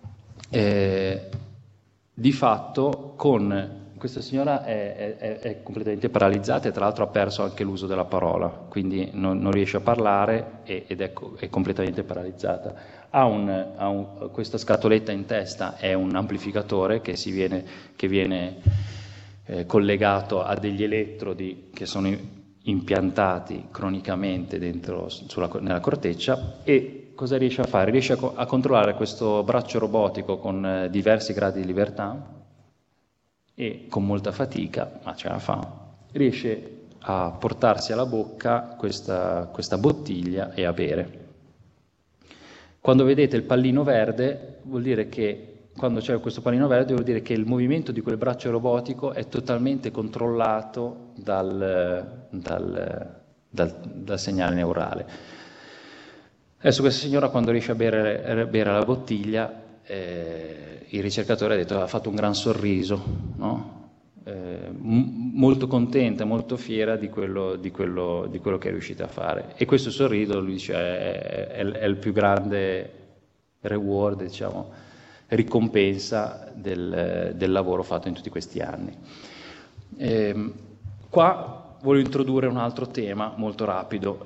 di fatto questa signora è completamente paralizzata e tra l'altro ha perso anche l'uso della parola, quindi non riesce a parlare ed è completamente paralizzata. Questa scatoletta in testa è un amplificatore che viene collegato a degli elettrodi che sono impiantati cronicamente nella corteccia. E cosa riesce a fare? Riesce a controllare questo braccio robotico con diversi gradi di libertà e con molta fatica, ma ce la fa, riesce a portarsi alla bocca questa bottiglia e a bere. Quando vedete il pallino verde, vuol dire che quando c'è questo pallino verde vuol dire che il movimento di quel braccio robotico è totalmente controllato dal segnale neurale. Adesso questa signora, quando riesce a bere la bottiglia, il ricercatore ha detto ha fatto un gran sorriso, no? Molto contenta, molto fiera di quello che è riuscita a fare. E questo sorriso, lui dice, è il più grande reward, diciamo, ricompensa del lavoro fatto in tutti questi anni. Qua voglio introdurre un altro tema molto rapido.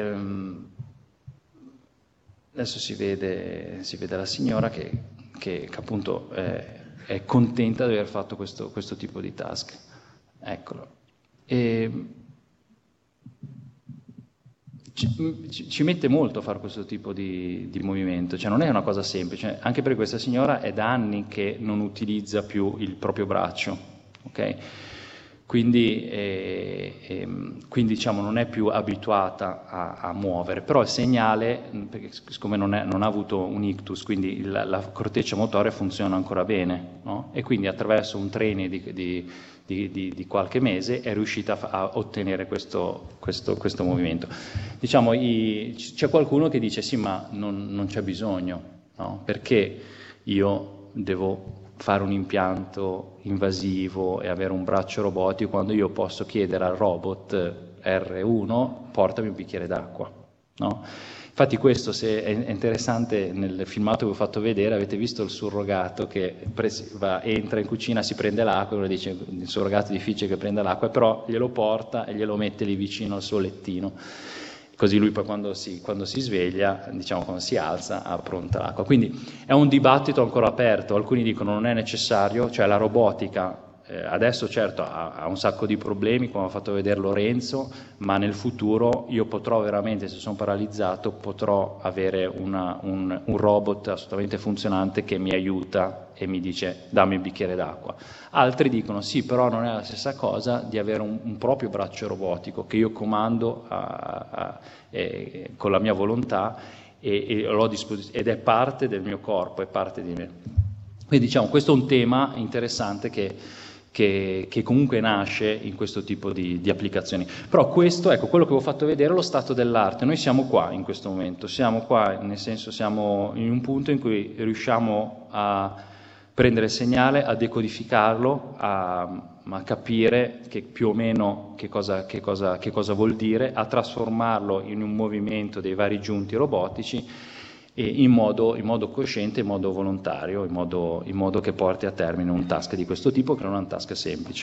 Adesso si vede la signora che appunto è contenta di aver fatto questo tipo di task. Eccolo. Ci mette molto a fare questo tipo di movimento, cioè non è una cosa semplice, anche perché questa signora è da anni che non utilizza più il proprio braccio, ok? Quindi diciamo non è più abituata a muovere, però il segnale, perché siccome non ha avuto un ictus, quindi la corteccia motore funziona ancora bene, no? E quindi attraverso un training di qualche mese è riuscita a ottenere questo movimento. Diciamo, c'è qualcuno che dice sì, ma non c'è bisogno, no? Perché io devo fare un impianto invasivo e avere un braccio robotico quando io posso chiedere al robot R1 portami un bicchiere d'acqua, no? Infatti questo, se è interessante, nel filmato che vi ho fatto vedere avete visto il surrogato che entra in cucina, si prende l'acqua e uno dice il surrogato è difficile che prenda l'acqua, però glielo porta e glielo mette lì vicino al suo lettino. Così lui poi quando si sveglia, diciamo quando si alza, ha pronta l'acqua. Quindi è un dibattito ancora aperto, alcuni dicono non è necessario, cioè la robotica adesso certo ha un sacco di problemi, come ha fatto vedere Lorenzo, ma nel futuro io potrò veramente, se sono paralizzato, potrò avere un robot assolutamente funzionante che mi aiuta e mi dice dammi un bicchiere d'acqua. Altri dicono sì, però non è la stessa cosa di avere un proprio braccio robotico che io comando con la mia volontà e l'ho a disposizione ed è parte del mio corpo, è parte di me. Quindi diciamo questo è un tema interessante che comunque nasce in questo tipo di applicazioni. Però questo, ecco, quello che vi ho fatto vedere è lo stato dell'arte. Noi siamo qua in questo momento, siamo qua, nel senso siamo in un punto in cui riusciamo a prendere il segnale, a decodificarlo, a capire che più o meno che cosa vuol dire, a trasformarlo in un movimento dei vari giunti robotici e in modo cosciente, in modo volontario, in modo che porti a termine un task di questo tipo, che non è un task semplice.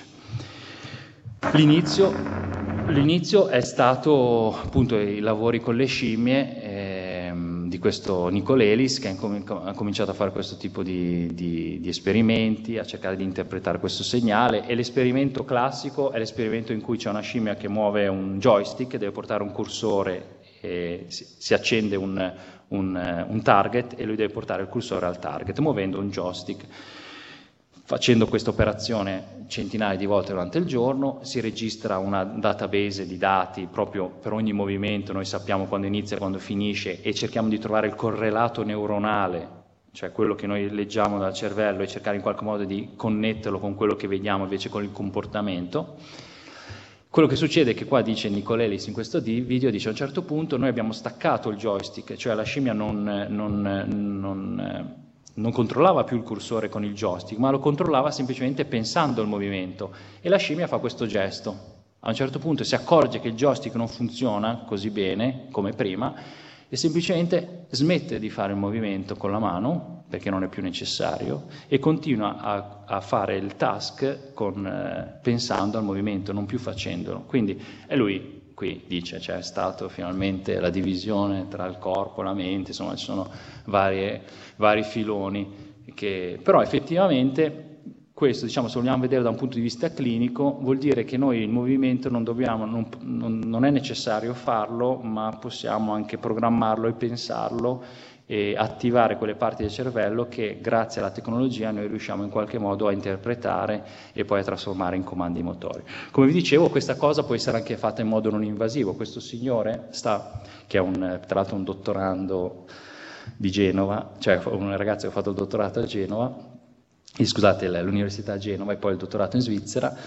L'inizio è stato appunto i lavori con le scimmie di questo Nicolelis, che ha cominciato a fare questo tipo di esperimenti, a cercare di interpretare questo segnale, e l'esperimento classico è l'esperimento in cui c'è una scimmia che muove un joystick, deve portare un cursore, e si accende un target e lui deve portare il cursore al target muovendo un joystick. Facendo questa operazione centinaia di volte durante il giorno, si registra una database di dati proprio per ogni movimento, noi sappiamo quando inizia e quando finisce e cerchiamo di trovare il correlato neuronale, cioè quello che noi leggiamo dal cervello, e cercare in qualche modo di connetterlo con quello che vediamo invece con il comportamento. Quello che succede è che qua dice Nicolelis in questo video, dice a un certo punto noi abbiamo staccato il joystick, cioè la scimmia non controllava più il cursore con il joystick, ma lo controllava semplicemente pensando al movimento, e la scimmia fa questo gesto. A un certo punto si accorge che il joystick non funziona così bene come prima e semplicemente smette di fare il movimento con la mano, perché non è più necessario, e continua a fare il task pensando al movimento, non più facendolo. Quindi è lui qui dice c'è stata finalmente la divisione tra il corpo e la mente, insomma ci sono vari filoni, però effettivamente questo, diciamo, se vogliamo vedere da un punto di vista clinico, vuol dire che noi il movimento non è necessario farlo, ma possiamo anche programmarlo e pensarlo e attivare quelle parti del cervello che grazie alla tecnologia noi riusciamo in qualche modo a interpretare e poi a trasformare in comandi motori. Come vi dicevo, questa cosa può essere anche fatta in modo non invasivo. Questo signore che è tra l'altro un dottorando di Genova, cioè un ragazzo che ha fatto il dottorato a Genova, scusate, l'università a Genova e poi il dottorato in Svizzera,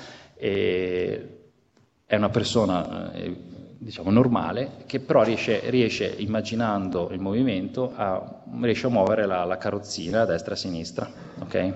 e è una persona diciamo normale, che però riesce immaginando il movimento, riesce a muovere la carrozzina a destra e a sinistra, ok?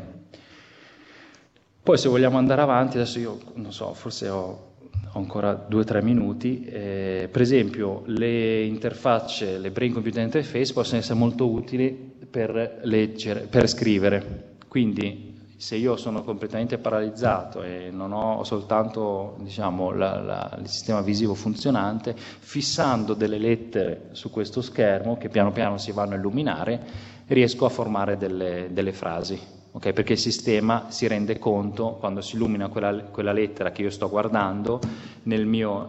Poi se vogliamo andare avanti, adesso io non so, forse ho ancora 2 o 3 minuti, per esempio le interfacce, le brain computer interface possono essere molto utili per leggere, per scrivere, quindi se io sono completamente paralizzato e non ho soltanto, diciamo, il sistema visivo funzionante, fissando delle lettere su questo schermo che piano piano si vanno a illuminare, riesco a formare delle frasi, okay? Perché il sistema si rende conto, quando si illumina quella lettera che io sto guardando, nel mio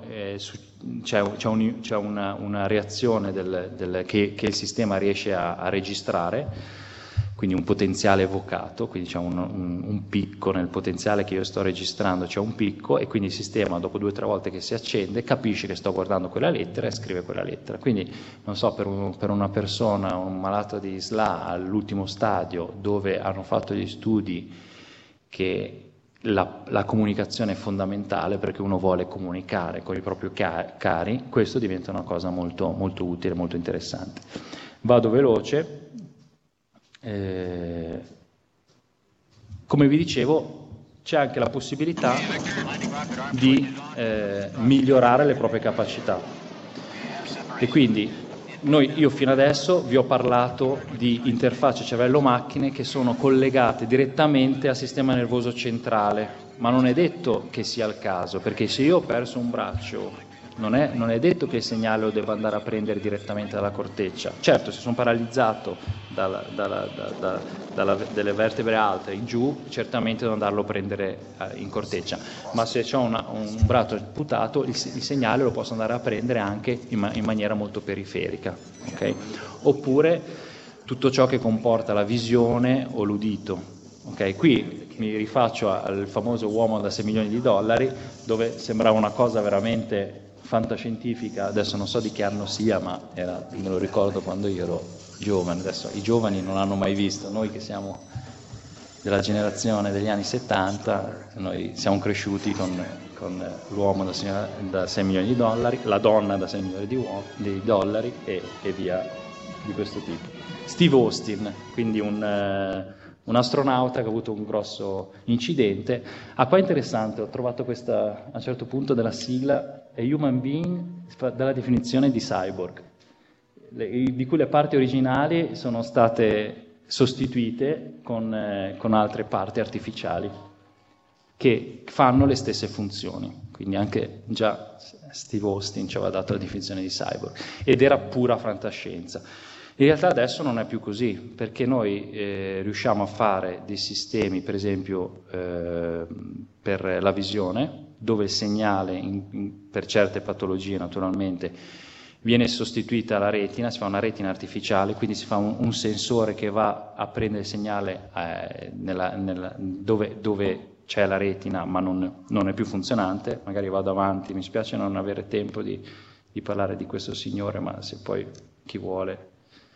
c'è una reazione che il sistema riesce a registrare, quindi un potenziale evocato, quindi c'è un picco nel potenziale che io sto registrando, c'è un picco, e quindi il sistema dopo 2 o 3 volte che si accende capisce che sto guardando quella lettera e scrive quella lettera. Quindi non so, per una persona, un malato di SLA all'ultimo stadio, dove hanno fatto gli studi che la comunicazione è fondamentale perché uno vuole comunicare con i propri cari, questo diventa una cosa molto, molto utile, molto interessante. Vado veloce. Come vi dicevo, c'è anche la possibilità di migliorare le proprie capacità, e quindi io fino adesso vi ho parlato di interfacce cervello-macchine che sono collegate direttamente al sistema nervoso centrale, ma non è detto che sia il caso, perché se io ho perso un braccio non è detto che il segnale lo devo andare a prendere direttamente dalla corteccia. Certo, se sono paralizzato dalle vertebre alte in giù, certamente devo andarlo a prendere in corteccia, ma se ho un braccio amputato, il segnale lo posso andare a prendere anche in maniera molto periferica, okay? Oppure tutto ciò che comporta la visione o l'udito, okay? Qui mi rifaccio al famoso uomo da $6 milioni, dove sembrava una cosa veramente fantascientifica. Adesso non so di che anno sia, ma me lo ricordo quando io ero giovane. Adesso i giovani non l'hanno mai visto, noi che siamo della generazione degli anni 70, noi siamo cresciuti con l'uomo da $6 milioni, la donna da $6 milioni e via di questo tipo. Steve Austin, quindi un un astronauta che ha avuto un grosso incidente. Ah, qua è interessante, ho trovato questa, a un certo punto della sigla, a human being, dalla definizione di cyborg, di cui le parti originali sono state sostituite con altre parti artificiali che fanno le stesse funzioni. Quindi anche già Steve Austin ci aveva dato la definizione di cyborg, ed era pura fantascienza. In realtà adesso non è più così, perché noi riusciamo a fare dei sistemi, per esempio per la visione, dove il segnale, per certe patologie naturalmente, viene sostituita la retina, si fa una retina artificiale, quindi si fa un sensore che va a prendere il segnale dove c'è la retina ma non è più funzionante. Magari vado avanti, mi spiace non avere tempo di parlare di questo signore, ma se poi chi vuole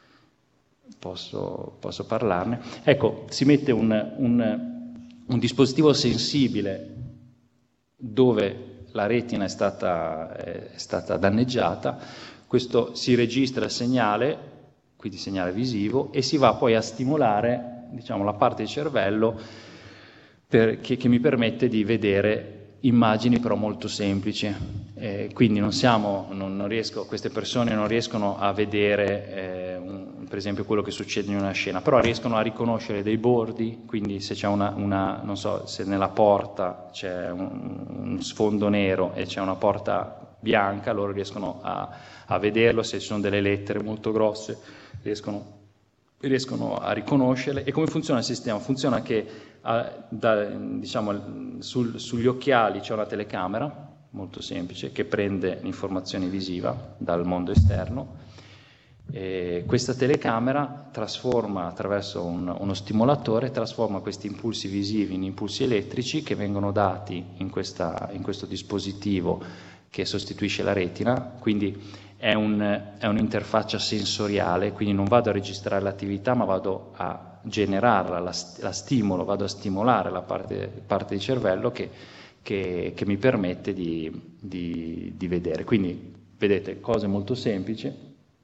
posso parlarne. Ecco, si mette un dispositivo sensibile dove la retina è stata danneggiata, questo si registra il segnale, quindi segnale visivo, e si va poi a stimolare, diciamo, la parte del cervello che mi permette di vedere immagini però molto semplici. Quindi queste persone non riescono a vedere per esempio quello che succede in una scena, però riescono a riconoscere dei bordi, quindi se c'è non so, se nella porta c'è un sfondo nero e c'è una porta bianca, loro riescono a vederlo, se ci sono delle lettere molto grosse riescono a riconoscerle. E come funziona il sistema? Funziona che diciamo, sugli occhiali c'è una telecamera molto semplice che prende l'informazione visiva dal mondo esterno. Questa telecamera trasforma, attraverso uno stimolatore, trasforma questi impulsi visivi in impulsi elettrici che vengono dati in questo dispositivo che sostituisce la retina. Quindi è un'interfaccia sensoriale, quindi non vado a registrare l'attività ma vado a generarla, la stimolo, vado a stimolare la parte di cervello che mi permette di vedere. Quindi vedete, cose molto semplici,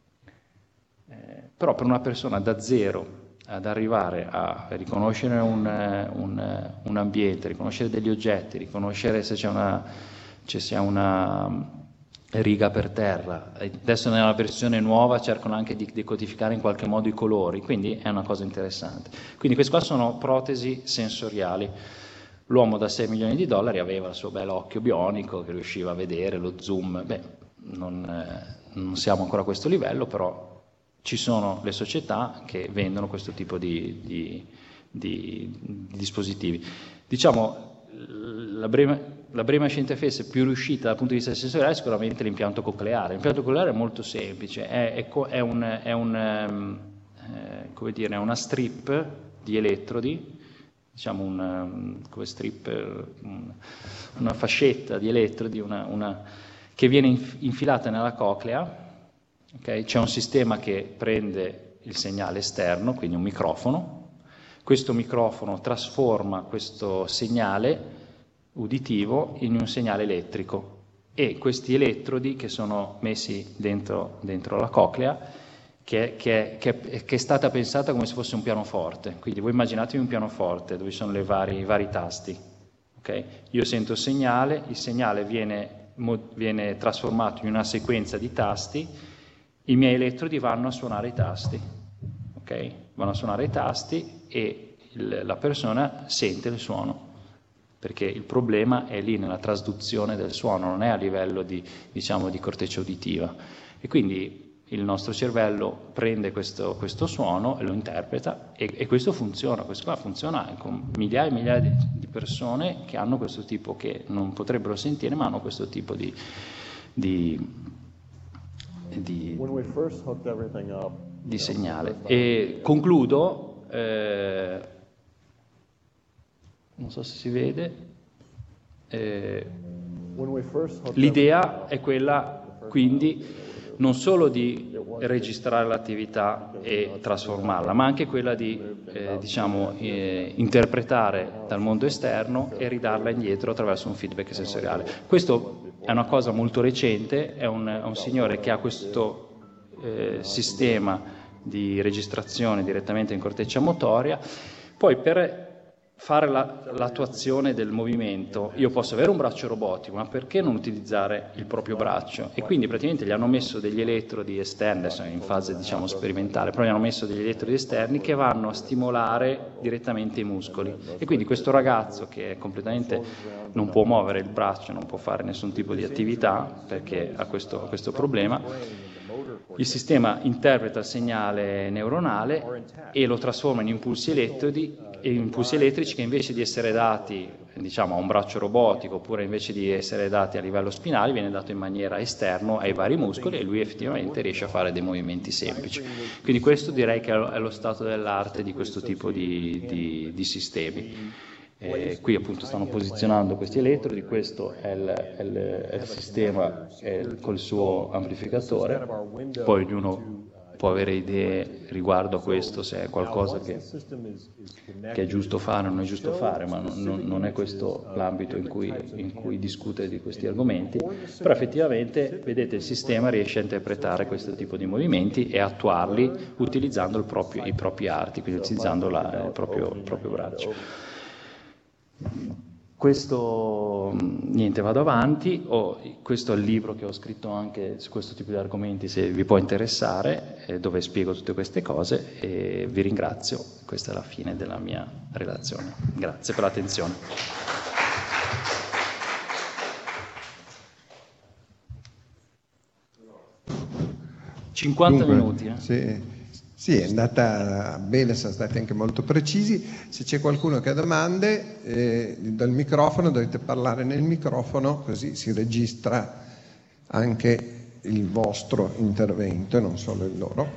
però per una persona da zero ad arrivare a riconoscere un ambiente, riconoscere degli oggetti, riconoscere se c'è una riga per terra. Adesso nella versione nuova cercano anche di decodificare in qualche modo i colori, quindi è una cosa interessante. Quindi queste qua sono protesi sensoriali. L'uomo da $6 milioni aveva il suo bel occhio bionico che riusciva a vedere lo zoom. Non siamo ancora a questo livello, però ci sono le società che vendono questo tipo di dispositivi. Diciamo, la Brain Machine Interface più riuscita dal punto di vista sensoriale è sicuramente l'impianto cocleare. L'impianto cocleare è molto semplice, è una strip di elettrodi, diciamo una fascetta di elettrodi che viene infilata nella coclea. Okay? C'è un sistema che prende il segnale esterno, quindi un microfono. Questo microfono trasforma questo segnale uditivo in un segnale elettrico, e questi elettrodi che sono messi dentro la coclea, che è stata pensata come se fosse un pianoforte. Quindi voi immaginatevi un pianoforte dove ci sono i vari tasti. Okay? Io sento il segnale viene trasformato in una sequenza di tasti, i miei elettrodi vanno a suonare i tasti. Okay? Vanno a suonare i tasti e la persona sente il suono, perché il problema è lì nella trasduzione del suono, non è a livello di corteccia uditiva. E quindi il nostro cervello prende questo suono e lo interpreta, e questo funziona. Questo qua funziona con migliaia e migliaia di persone che hanno questo tipo, che non potrebbero sentire ma hanno questo tipo di segnale. E concludo, non so se si vede, l'idea è quella quindi non solo di registrare l'attività e trasformarla, ma anche quella di interpretare dal mondo esterno e ridarla indietro attraverso un feedback sensoriale. Questo è una cosa molto recente, è un signore che ha questo sistema di registrazione direttamente in corteccia motoria. Poi per fare l'attuazione del movimento io posso avere un braccio robotico, ma perché non utilizzare il proprio braccio? E quindi praticamente gli hanno messo degli elettrodi esterni, sono in fase diciamo sperimentale, però gli hanno messo degli elettrodi esterni che vanno a stimolare direttamente i muscoli. E quindi questo ragazzo che completamente non può muovere il braccio, non può fare nessun tipo di attività perché ha questo problema, il sistema interpreta il segnale neuronale e lo trasforma in impulsi elettrici che invece di essere dati diciamo a un braccio robotico oppure invece di essere dati a livello spinale viene dato in maniera esterna ai vari muscoli e lui effettivamente riesce a fare dei movimenti semplici. Quindi questo direi che è lo stato dell'arte di questo tipo di sistemi. Qui appunto stanno posizionando questi elettrodi, questo è il sistema col suo amplificatore, poi ognuno può avere idee riguardo a questo, se è qualcosa che è giusto fare o non è giusto fare, ma non è questo l'ambito in cui discutere di questi argomenti, però effettivamente vedete il sistema riesce a interpretare questo tipo di movimenti e attuarli utilizzando i propri arti, quindi utilizzando il proprio braccio. Questo, niente, vado avanti, questo è il libro che ho scritto anche su questo tipo di argomenti, se vi può interessare, dove spiego tutte queste cose e vi ringrazio, questa è la fine della mia relazione. Grazie per l'attenzione. Dunque, minuti. Sì, è andata bene, sono stati anche molto precisi. Se c'è qualcuno che ha domande, dal microfono, dovete parlare nel microfono, così si registra anche il vostro intervento e non solo il loro.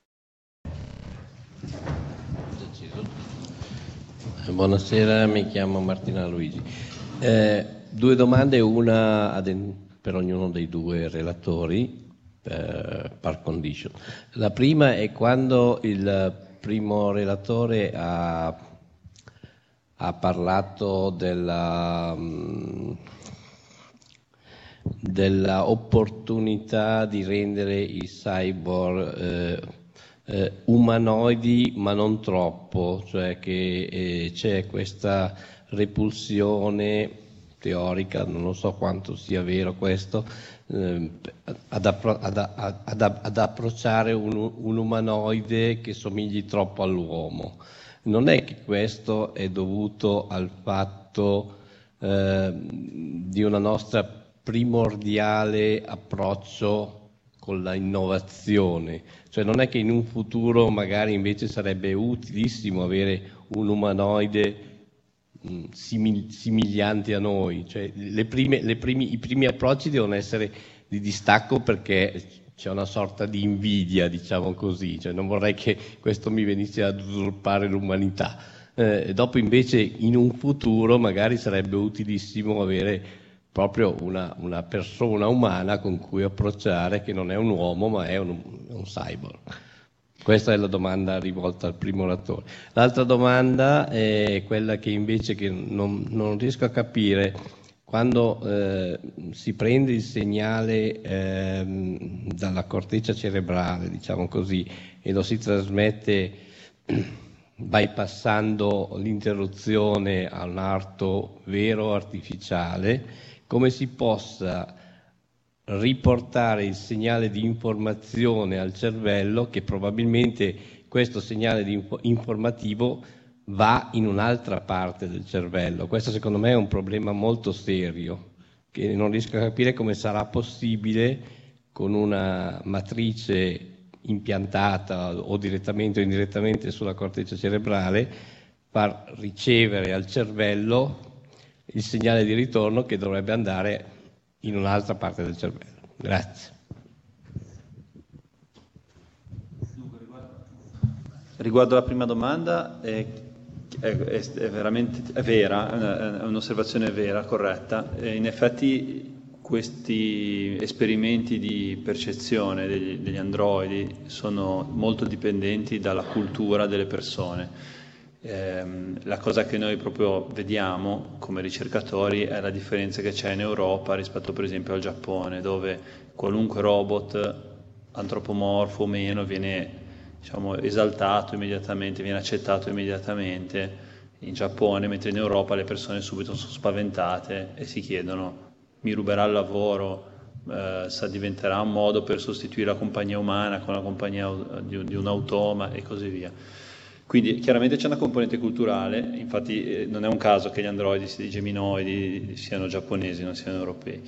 Buonasera, mi chiamo Martina Luigi. Due domande, una per ognuno dei due relatori. Par condition. La prima è quando il primo relatore ha parlato della opportunità di rendere i cyborg umanoidi ma non troppo, cioè che c'è questa repulsione teorica, non lo so quanto sia vero questo, ad approcciare un umanoide che somigli troppo all'uomo. Non è che questo è dovuto al fatto di una nostra primordiale approccio con la innovazione, cioè non è che in un futuro magari invece sarebbe utilissimo avere un umanoide simiglianti a noi, cioè i primi approcci devono essere di distacco perché c'è una sorta di invidia, diciamo così, cioè non vorrei che questo mi venisse ad usurpare l'umanità. Dopo invece in un futuro magari sarebbe utilissimo avere proprio una persona umana con cui approcciare, che non è un uomo ma è un cyborg. Questa è la domanda rivolta al primo oratore. L'altra domanda è quella che invece non riesco a capire. Quando si prende il segnale dalla corteccia cerebrale, diciamo così, e lo si trasmette bypassando l'interruzione a un arto vero artificiale, come si possa riportare il segnale di informazione al cervello, che probabilmente questo segnale informativo va in un'altra parte del cervello. Questo secondo me è un problema molto serio, che non riesco a capire come sarà possibile con una matrice impiantata o direttamente o indirettamente sulla corteccia cerebrale far ricevere al cervello il segnale di ritorno che dovrebbe andare in un'altra parte del cervello. Grazie. Riguardo alla prima domanda, è veramente vera, è un'osservazione vera, corretta. In effetti questi esperimenti di percezione degli androidi sono molto dipendenti dalla cultura delle persone. La cosa che noi proprio vediamo come ricercatori è la differenza che c'è in Europa rispetto per esempio al Giappone, dove qualunque robot antropomorfo o meno viene, diciamo, esaltato immediatamente, viene accettato immediatamente in Giappone, mentre in Europa le persone subito sono spaventate e si chiedono: mi ruberà il lavoro, diventerà un modo per sostituire la compagnia umana con la compagnia di un automa e così via. Quindi chiaramente c'è una componente culturale, infatti non è un caso che gli androidi, i geminoidi siano giapponesi, non siano europei.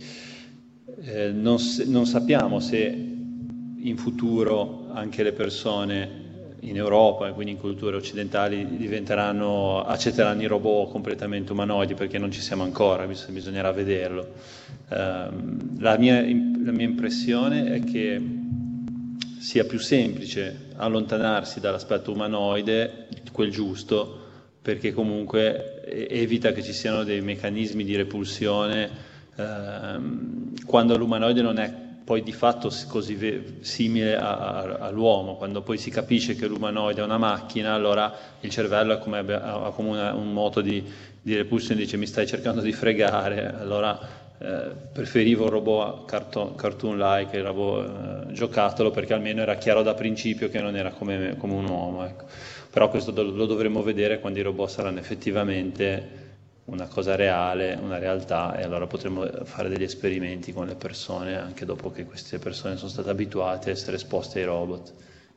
Non sappiamo se in futuro anche le persone in Europa e quindi in culture occidentali accetteranno i robot completamente umanoidi, perché non ci siamo ancora, bisognerà vederlo. La mia impressione è che sia più semplice allontanarsi dall'aspetto umanoide, quel giusto, perché comunque evita che ci siano dei meccanismi di repulsione quando l'umanoide non è poi di fatto così simile all'uomo. Quando poi si capisce che l'umanoide è una macchina, allora il cervello ha come un moto di repulsione, dice: mi stai cercando di fregare. Allora preferivo un robot cartoon-like, il robot giocattolo, perché almeno era chiaro da principio che non era come un uomo, ecco. Però questo lo dovremo vedere quando i robot saranno effettivamente una cosa reale, una realtà, e allora potremo fare degli esperimenti con le persone anche dopo che queste persone sono state abituate a essere esposte ai robot.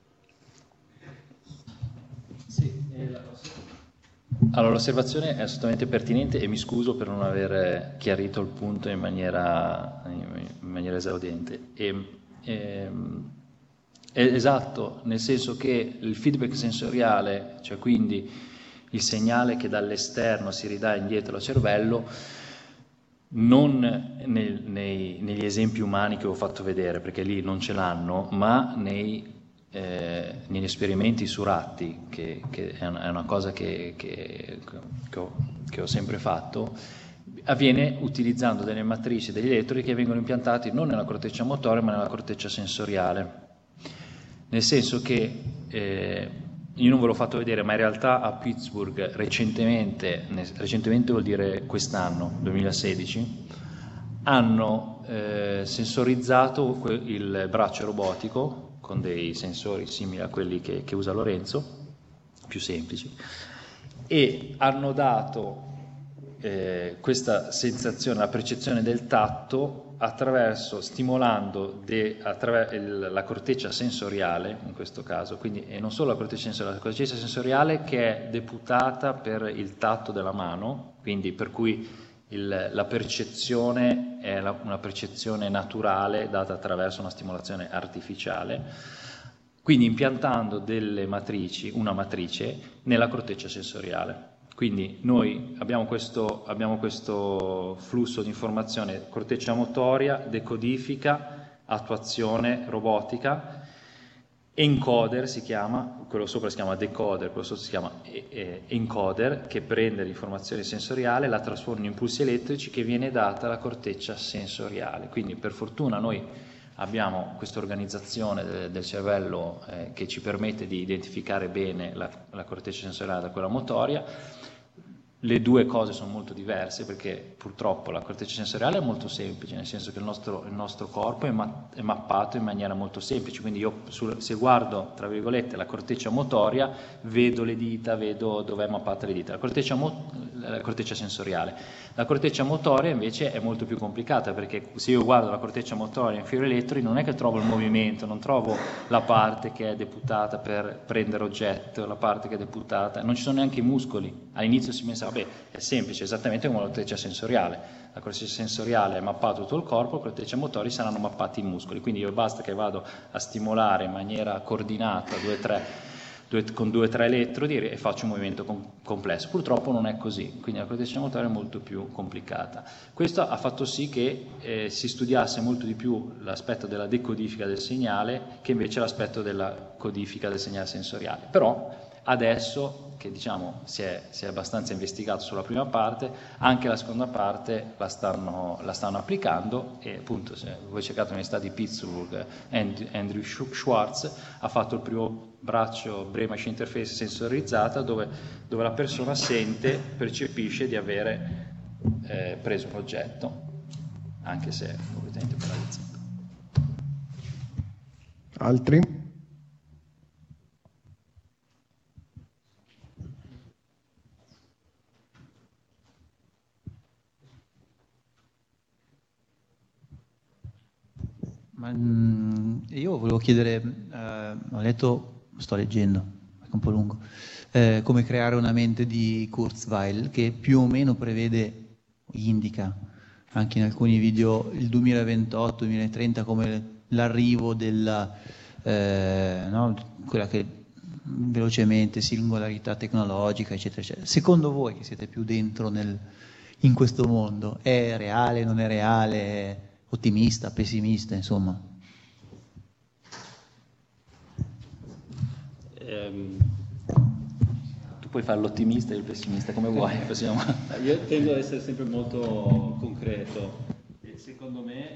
Allora, l'osservazione è assolutamente pertinente e mi scuso per non aver chiarito il punto in maniera esaudente. È esatto, nel senso che il feedback sensoriale, cioè quindi il segnale che dall'esterno si ridà indietro al cervello, non negli esempi umani che ho fatto vedere, perché lì non ce l'hanno, ma negli esperimenti su ratti, che è una cosa che ho sempre fatto, avviene utilizzando delle matrici, degli elettrodi che vengono impiantati non nella corteccia motoria ma nella corteccia sensoriale, nel senso che io non ve l'ho fatto vedere, ma in realtà a Pittsburgh recentemente vuol dire quest'anno, 2016, hanno sensorizzato il braccio robotico con dei sensori simili a quelli che usa Lorenzo, più semplici, e hanno dato questa sensazione, la percezione del tatto, stimolando la corteccia sensoriale, in questo caso, quindi e non solo la corteccia sensoriale, la corteccia sensoriale che è deputata per il tatto della mano, quindi per cui la percezione è una percezione naturale data attraverso una stimolazione artificiale, quindi impiantando una matrice nella corteccia sensoriale. Quindi noi abbiamo questo flusso di informazione: corteccia motoria, decodifica, attuazione robotica, encoder si chiama, quello sopra si chiama decoder, quello sotto si chiama encoder, che prende l'informazione sensoriale, la trasforma in impulsi elettrici che viene data alla corteccia sensoriale. Quindi per fortuna noi abbiamo questa organizzazione del cervello che ci permette di identificare bene la corteccia sensoriale da quella motoria. Le due cose sono molto diverse, perché purtroppo la corteccia sensoriale è molto semplice, nel senso che il nostro corpo è mappato in maniera molto semplice, quindi io se guardo, tra virgolette, la corteccia motoria, vedo le dita, vedo dove è mappata le dita, la corteccia sensoriale. La corteccia motoria invece è molto più complicata, perché se io guardo la corteccia motoria in fiori elettrici non è che trovo il movimento, non trovo la parte che è deputata per prendere oggetto, la parte che è deputata, non ci sono neanche i muscoli. All'inizio si pensava, è semplice, esattamente come la corteccia sensoriale. La corteccia sensoriale è mappato tutto il corpo, la corteccia motoria saranno mappati i muscoli, quindi io basta che vado a stimolare in maniera coordinata con 2 o 3 elettrodi e faccio un movimento complesso. Purtroppo non è così, quindi la corteccia motoria è molto più complicata. Questo ha fatto sì che si studiasse molto di più l'aspetto della decodifica del segnale che invece l'aspetto della codifica del segnale sensoriale. Però adesso che diciamo si è abbastanza investigato sulla prima parte, anche la seconda parte la stanno applicando, e appunto se voi cercate l'Università di Pittsburgh, Andrew Schwartz ha fatto il primo braccio Brain Machine Interface sensorizzata dove la persona percepisce di avere preso un oggetto, anche se è completamente paralizzato. Altri? Io volevo chiedere, sto leggendo, è un po' lungo, come creare una mente di Kurzweil, che più o meno indica anche in alcuni video il 2028-2030 come l'arrivo della, quella che velocemente singolarità tecnologica, eccetera, eccetera. Secondo voi, che siete più dentro in questo mondo, è reale, non è reale, è ottimista, pessimista, insomma? Tu puoi fare l'ottimista e il pessimista come vuoi. Io tendo ad essere sempre molto concreto e secondo me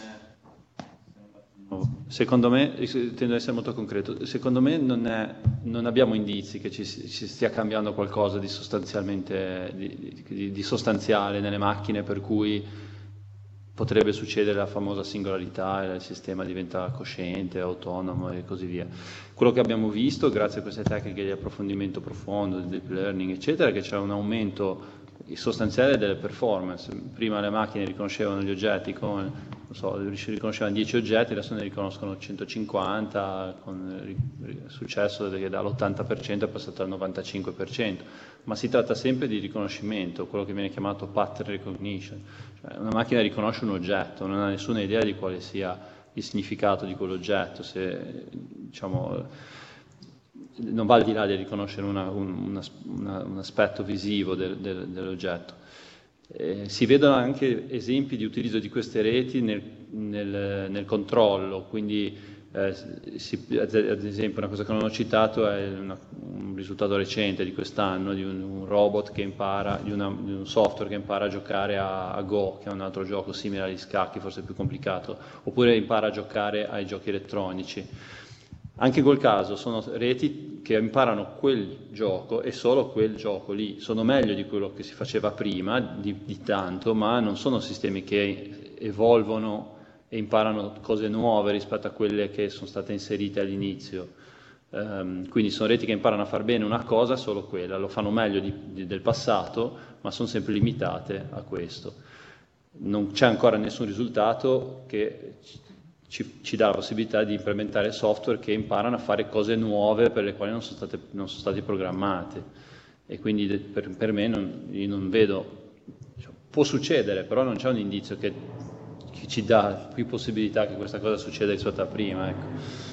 tendo ad essere molto concreto. Secondo me non abbiamo indizi che ci stia cambiando qualcosa di sostanzialmente di sostanziale nelle macchine, per cui potrebbe succedere la famosa singolarità e il sistema diventa cosciente, autonomo e così via. Quello che abbiamo visto grazie a queste tecniche di approfondimento profondo, di deep learning eccetera, è che c'è un aumento sostanziale delle performance. Prima le macchine riconoscevano gli oggetti come, riconoscevano 10 oggetti, adesso ne riconoscono 150, con il successo che dall'80% è passato al 95%, ma si tratta sempre di riconoscimento, quello che viene chiamato pattern recognition. Cioè, una macchina riconosce un oggetto, non ha nessuna idea di quale sia il significato di quell'oggetto, se non va al di là di riconoscere un aspetto visivo dell'oggetto. Si vedono anche esempi di utilizzo di queste reti nel controllo, quindi ad esempio una cosa che non ho citato è un risultato recente di quest'anno di un robot che impara, di un software che impara a giocare a Go, che è un altro gioco simile agli scacchi, forse più complicato, oppure impara a giocare ai giochi elettronici. Anche in quel caso sono reti che imparano quel gioco e solo quel gioco lì. Sono meglio di quello che si faceva prima, di tanto, ma non sono sistemi che evolvono e imparano cose nuove rispetto a quelle che sono state inserite all'inizio. Quindi sono reti che imparano a far bene una cosa, solo quella. Lo fanno meglio del passato, ma sono sempre limitate a questo. Non c'è ancora nessun risultato che ci dà la possibilità di implementare software che imparano a fare cose nuove per le quali non sono stati programmate, e quindi per me io non vedo, può succedere, però non c'è un indizio che ci dà più possibilità che questa cosa succeda rispetto a prima, ecco.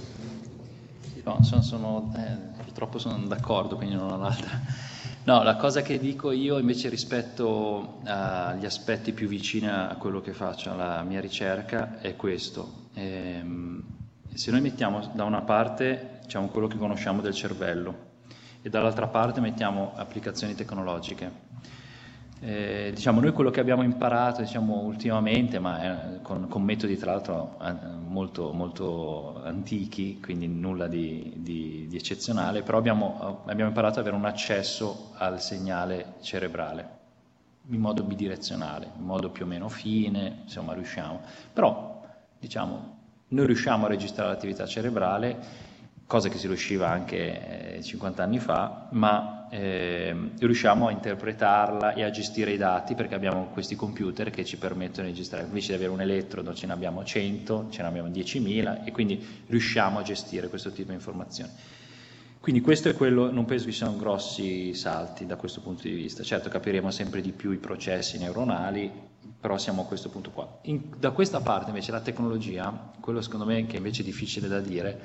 No, purtroppo sono d'accordo, quindi non ho l'altra. No, la cosa che dico io invece rispetto agli aspetti più vicini a quello che faccio, alla mia ricerca, è questo. Se noi mettiamo da una parte quello che conosciamo del cervello e dall'altra parte mettiamo applicazioni tecnologiche, noi quello che abbiamo imparato ultimamente, ma con metodi tra l'altro molto, molto antichi, quindi nulla di eccezionale, però abbiamo imparato ad avere un accesso al segnale cerebrale in modo bidirezionale, in modo più o meno fine, insomma riusciamo. Però noi riusciamo a registrare l'attività cerebrale, cosa che si riusciva anche 50 anni fa, ma riusciamo a interpretarla e a gestire i dati, perché abbiamo questi computer che ci permettono di registrare. Invece di avere un elettrodo ce ne abbiamo 100, ce ne abbiamo 10.000, e quindi riusciamo a gestire questo tipo di informazioni. Quindi questo è quello, non penso che ci siano grossi salti da questo punto di vista. Certo, capiremo sempre di più i processi neuronali, però siamo a questo punto qua. Da questa parte invece la tecnologia, quello secondo me che invece è difficile da dire,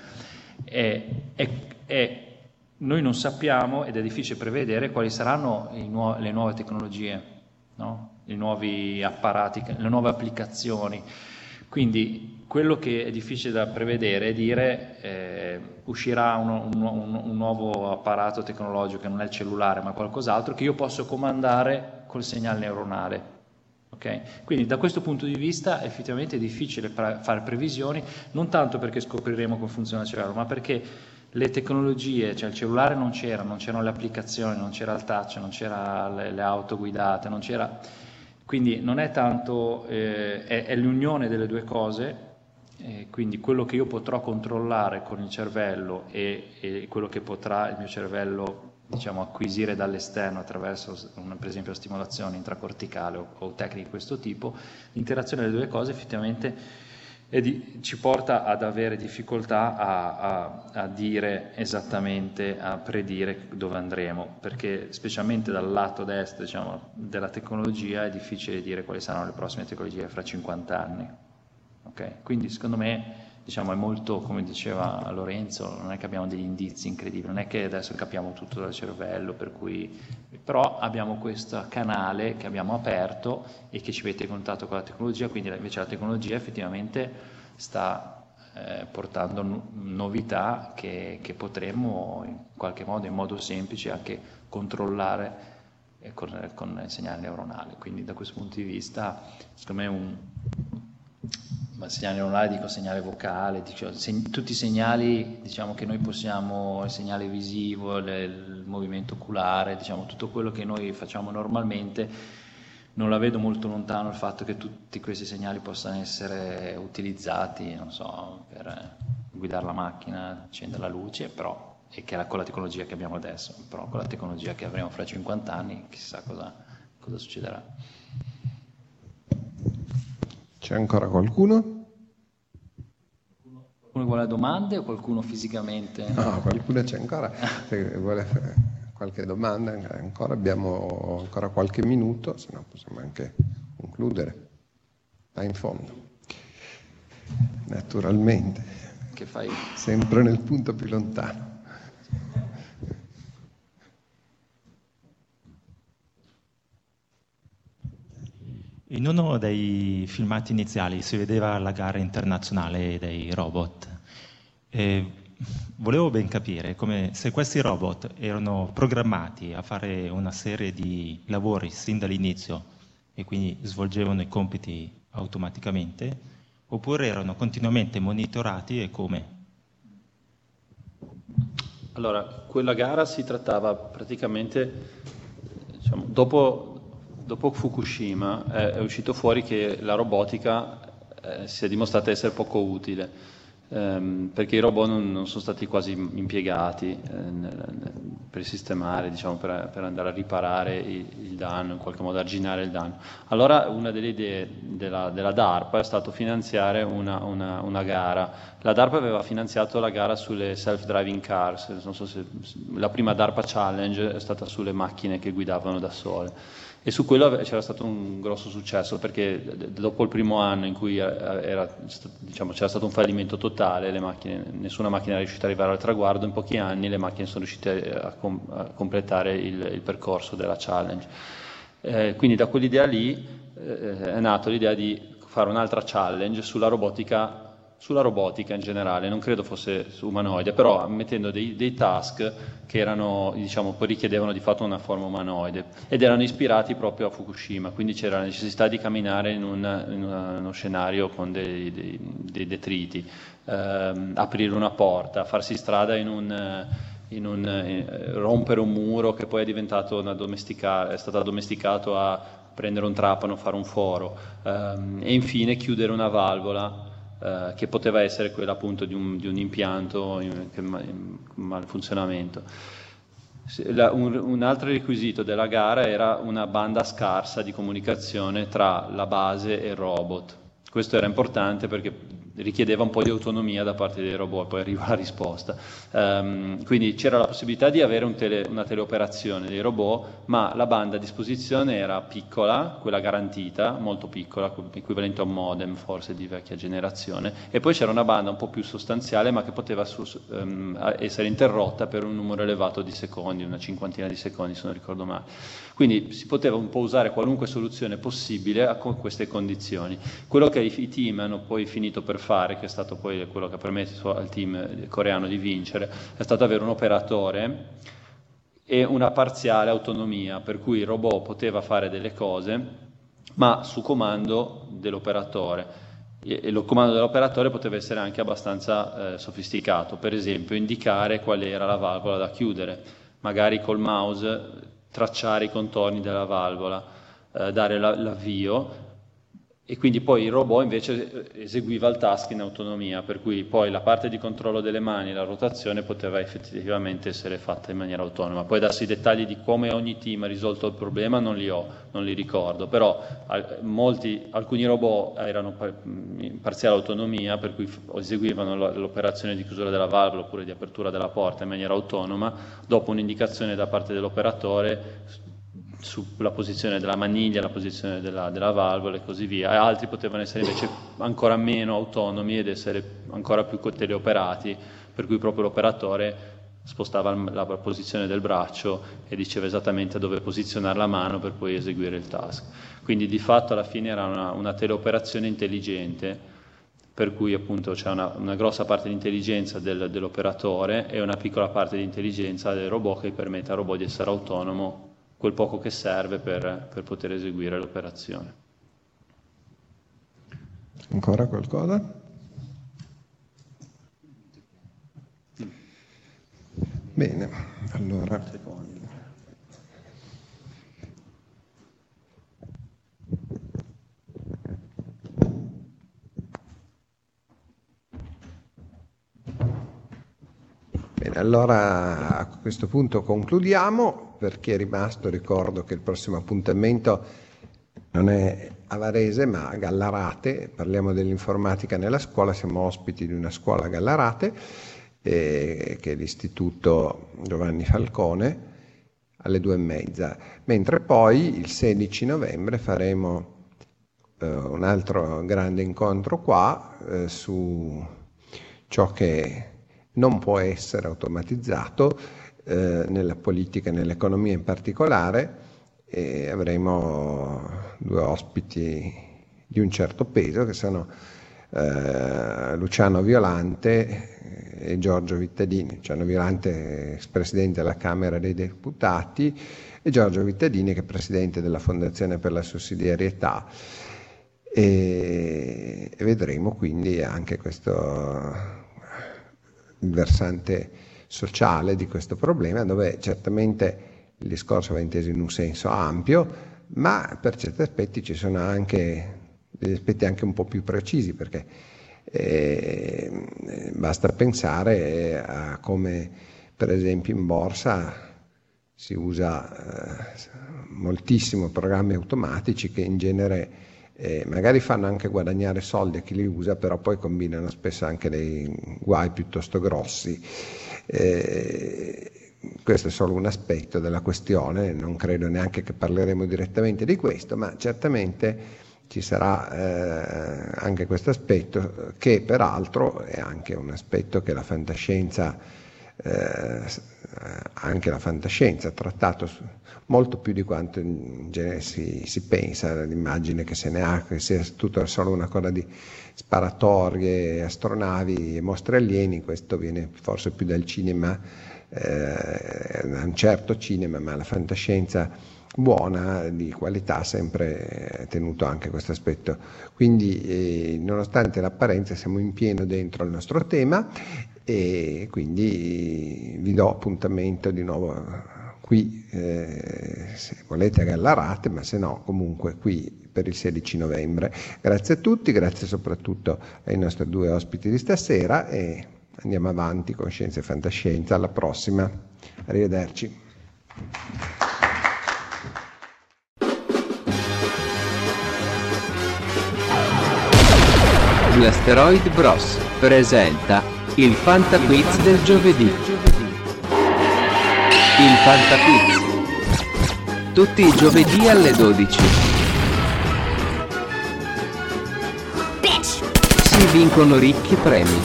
è noi non sappiamo, ed è difficile prevedere quali saranno le nuove tecnologie, no? I nuovi apparati, le nuove applicazioni. Quindi quello che è difficile da prevedere è dire uscirà un nuovo apparato tecnologico che non è il cellulare ma qualcos'altro, che io posso comandare col segnale neuronale. Okay? Quindi da questo punto di vista effettivamente è difficile fare previsioni, non tanto perché scopriremo come funziona il cervello, ma perché le tecnologie, cioè il cellulare non c'erano le applicazioni, non c'era il touch, non c'era le auto guidate, non c'era. Quindi non è tanto, è l'unione delle due cose, quindi quello che io potrò controllare con il cervello e quello che potrà il mio cervello acquisire dall'esterno attraverso per esempio la stimolazione intracorticale o tecniche di questo tipo, l'interazione delle due cose effettivamente ci porta ad avere difficoltà a dire esattamente, a predire dove andremo, perché specialmente dal lato destro, diciamo, della tecnologia è difficile dire quali saranno le prossime tecnologie fra 50 anni. Okay? Quindi secondo me, diciamo, è molto, come diceva Lorenzo, non è che abbiamo degli indizi incredibili, non è che adesso capiamo tutto dal cervello, però abbiamo questo canale che abbiamo aperto e che ci mette in contatto con la tecnologia, quindi invece la tecnologia effettivamente sta portando novità che potremmo in qualche modo, in modo semplice, anche controllare con il segnale neuronale. Quindi da questo punto di vista, secondo me ma segnale neuronale, dico segnale vocale, tutti i segnali, diciamo, che noi possiamo, il segnale visivo, il movimento oculare, diciamo, tutto quello che noi facciamo normalmente, non la vedo molto lontano il fatto che tutti questi segnali possano essere utilizzati, non so, per guidare la macchina, accendere la luce, però, e che con la tecnologia che abbiamo adesso, però con la tecnologia che avremo fra 50 anni, chissà cosa succederà. C'è ancora qualcuno? Qualcuno vuole domande o qualcuno fisicamente? No, qualcuno c'è ancora. Se vuole fare qualche domanda ancora, abbiamo ancora qualche minuto, se no possiamo anche concludere. Là in fondo. Naturalmente. Che fai? Sempre nel punto più lontano. In uno dei filmati iniziali si vedeva la gara internazionale dei robot e volevo ben capire come se questi robot erano programmati a fare una serie di lavori sin dall'inizio e quindi svolgevano i compiti automaticamente, oppure erano continuamente monitorati e come? Allora, quella gara si trattava praticamente, diciamo, dopo Fukushima è uscito fuori che la robotica si è dimostrata essere poco utile, perché i robot non sono stati quasi impiegati per sistemare, diciamo, per andare a riparare il danno, in qualche modo arginare il danno. Allora una delle idee della DARPA è stato finanziare una gara. La DARPA aveva finanziato la gara sulle self-driving cars, non so se la prima DARPA Challenge è stata sulle macchine che guidavano da sole. E su quello c'era stato un grosso successo, perché dopo il primo anno in cui c'era stato un fallimento totale, nessuna macchina è riuscita ad arrivare al traguardo, in pochi anni le macchine sono riuscite a completare il percorso della challenge. Quindi da quell'idea lì è nata l'idea di fare un'altra challenge sulla robotica in generale, non credo fosse umanoide, però mettendo dei task che erano, diciamo, poi richiedevano di fatto una forma umanoide ed erano ispirati proprio a Fukushima, quindi c'era la necessità di camminare in uno scenario con dei detriti, aprire una porta, farsi strada rompere un muro che poi è stato addomesticato a prendere un trapano, fare un foro, e infine chiudere una valvola che poteva essere quella appunto di un impianto in malfunzionamento. Un altro requisito della gara era una banda scarsa di comunicazione tra la base e il robot. Questo era importante perché richiedeva un po' di autonomia da parte dei robot, poi arriva la risposta. Quindi c'era la possibilità di avere una teleoperazione dei robot, ma la banda a disposizione era piccola, quella garantita, molto piccola, equivalente a un modem forse di vecchia generazione, e poi c'era una banda un po' più sostanziale, ma che poteva essere interrotta per un numero elevato di secondi, una cinquantina di secondi se non ricordo male. Quindi si poteva un po' usare qualunque soluzione possibile con queste condizioni. Quello che i team hanno poi finito per fare, che è stato poi quello che ha permesso al team coreano di vincere, è stato avere un operatore e una parziale autonomia, per cui il robot poteva fare delle cose, ma su comando dell'operatore. E il comando dell'operatore poteva essere anche abbastanza sofisticato, per esempio indicare qual era la valvola da chiudere, magari col mouse tracciare i contorni della valvola, dare l'avvio e quindi poi il robot invece eseguiva il task in autonomia, per cui poi la parte di controllo delle mani, la rotazione poteva effettivamente essere fatta in maniera autonoma. Poi darsi i dettagli di come ogni team ha risolto il problema non li ricordo, però alcuni robot erano in parziale autonomia, per cui eseguivano l'operazione di chiusura della valvola oppure di apertura della porta in maniera autonoma, dopo un'indicazione da parte dell'operatore sulla posizione della maniglia, la posizione della valvola e così via, e altri potevano essere invece ancora meno autonomi ed essere ancora più teleoperati, per cui proprio l'operatore spostava la posizione del braccio e diceva esattamente dove posizionare la mano per poi eseguire il task. Quindi di fatto alla fine era una teleoperazione intelligente, per cui appunto c'è una grossa parte di intelligenza dell'operatore e una piccola parte di intelligenza del robot che permette al robot di essere autonomo quel poco che serve per poter eseguire l'operazione. Ancora qualcosa? Bene, allora. Bene, allora a questo punto concludiamo. Per chi è rimasto ricordo che il prossimo appuntamento non è a Varese ma a Gallarate, parliamo dell'informatica nella scuola, siamo ospiti di una scuola a Gallarate che è l'Istituto Giovanni Falcone alle 2:30, mentre poi il 16 novembre faremo un altro grande incontro qua su ciò che non può essere automatizzato nella politica e nell'economia in particolare, e avremo due ospiti di un certo peso che sono Luciano Violante e Giorgio Vittadini. Luciano Violante, ex presidente della Camera dei Deputati, e Giorgio Vittadini, che è presidente della Fondazione per la Sussidiarietà, e vedremo quindi anche questo il versante sociale di questo problema, dove certamente il discorso va inteso in un senso ampio, ma per certi aspetti ci sono anche degli aspetti anche un po' più precisi, perché basta pensare a come per esempio in borsa si usa moltissimo programmi automatici che in genere magari fanno anche guadagnare soldi a chi li usa, però poi combinano spesso anche dei guai piuttosto grossi. Questo è solo un aspetto della questione, non credo neanche che parleremo direttamente di questo, ma certamente ci sarà anche questo aspetto, che peraltro è anche un aspetto che la fantascienza, anche la fantascienza ha trattato molto più di quanto in genere si pensa, l'immagine che se ne ha, che sia tutto solo una cosa di sparatorie, astronavi e mostri alieni. Questo viene forse più dal cinema, da un certo cinema, ma la fantascienza buona, di qualità, ha sempre tenuto anche questo aspetto. Quindi nonostante l'apparenza siamo in pieno dentro il nostro tema, e quindi vi do appuntamento di nuovo qui, se volete a Gallarate, ma se no comunque qui per il 16 novembre. Grazie a tutti, grazie soprattutto ai nostri due ospiti di stasera, e andiamo avanti con Scienza e Fantascienza. Alla prossima, arrivederci. L'Asteroid Bros presenta il Fantaquiz del giovedì. Il Fantaquiz, tutti i giovedì alle 12. Si vincono ricchi premi.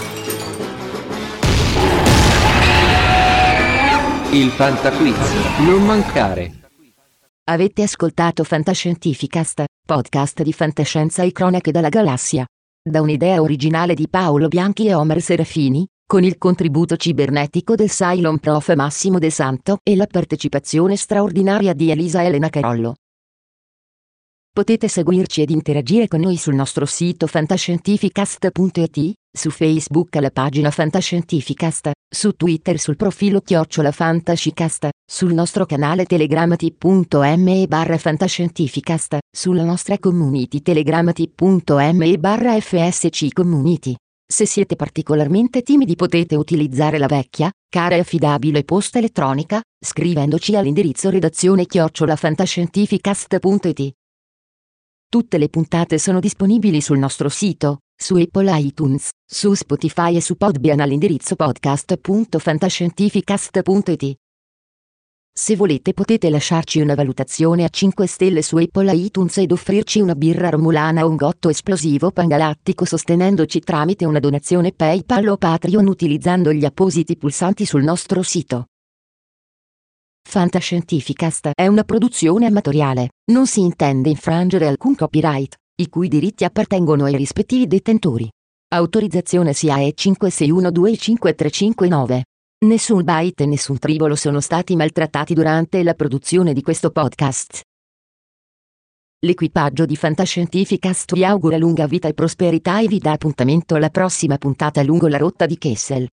Il Fantaquiz, non mancare. Avete ascoltato Fantascientificast, podcast di fantascienza e cronache dalla galassia. Da un'idea originale di Paolo Bianchi e Omer Serafini, con il contributo cibernetico del Cylon Prof Massimo De Santo e la partecipazione straordinaria di Elisa Elena Carollo. Potete seguirci ed interagire con noi sul nostro sito fantascientificast.it, su Facebook alla pagina Fantascientificast, su Twitter sul profilo @fantascicast, sul nostro canale Telegram t.me/fantascientificast, sulla nostra community Telegram t.me/fsc community. Se siete particolarmente timidi potete utilizzare la vecchia, cara e affidabile posta elettronica, scrivendoci all'indirizzo redazione@fantascientificast.it. Tutte le puntate sono disponibili sul nostro sito, su Apple iTunes, su Spotify e su Podbean all'indirizzo podcast.fantascientificast.it. Se volete potete lasciarci una valutazione a 5 stelle su Apple iTunes ed offrirci una birra romulana o un gotto esplosivo pangalattico sostenendoci tramite una donazione PayPal o Patreon utilizzando gli appositi pulsanti sul nostro sito. Fantascientificast è una produzione amatoriale, non si intende infrangere alcun copyright, i cui diritti appartengono ai rispettivi detentori. Autorizzazione SIAE 56125359. Nessun byte e nessun tribolo sono stati maltrattati durante la produzione di questo podcast. L'equipaggio di Fantascientificast vi augura lunga vita e prosperità e vi dà appuntamento alla prossima puntata lungo la rotta di Kessel.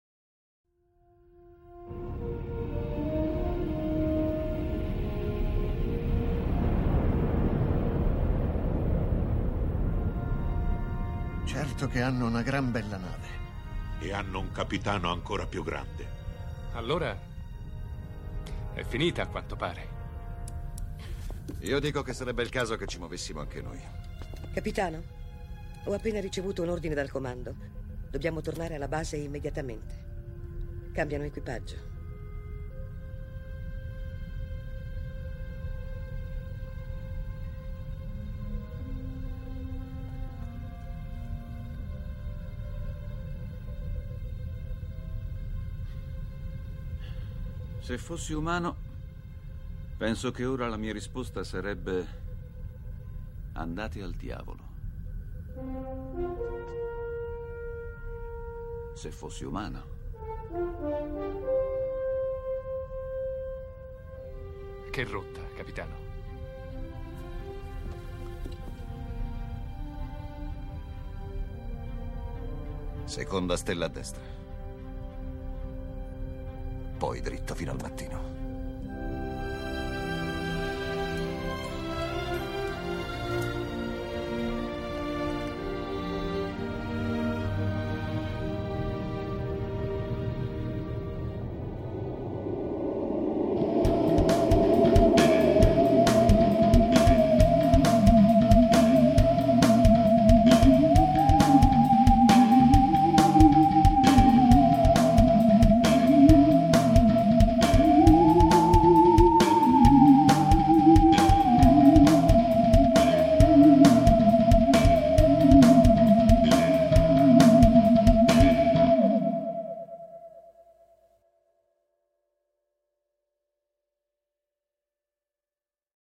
Certo che hanno una gran bella nave. E hanno un capitano ancora più grande. Allora è finita a quanto pare. Io dico che sarebbe il caso che ci muovessimo anche noi. Capitano, ho appena ricevuto un ordine dal comando. Dobbiamo tornare alla base immediatamente. Cambiano equipaggio. Se fossi umano, penso che ora la mia risposta sarebbe: andate al diavolo. Se fossi umano. Che rotta, capitano? Seconda stella a destra. Poi dritto fino al mattino.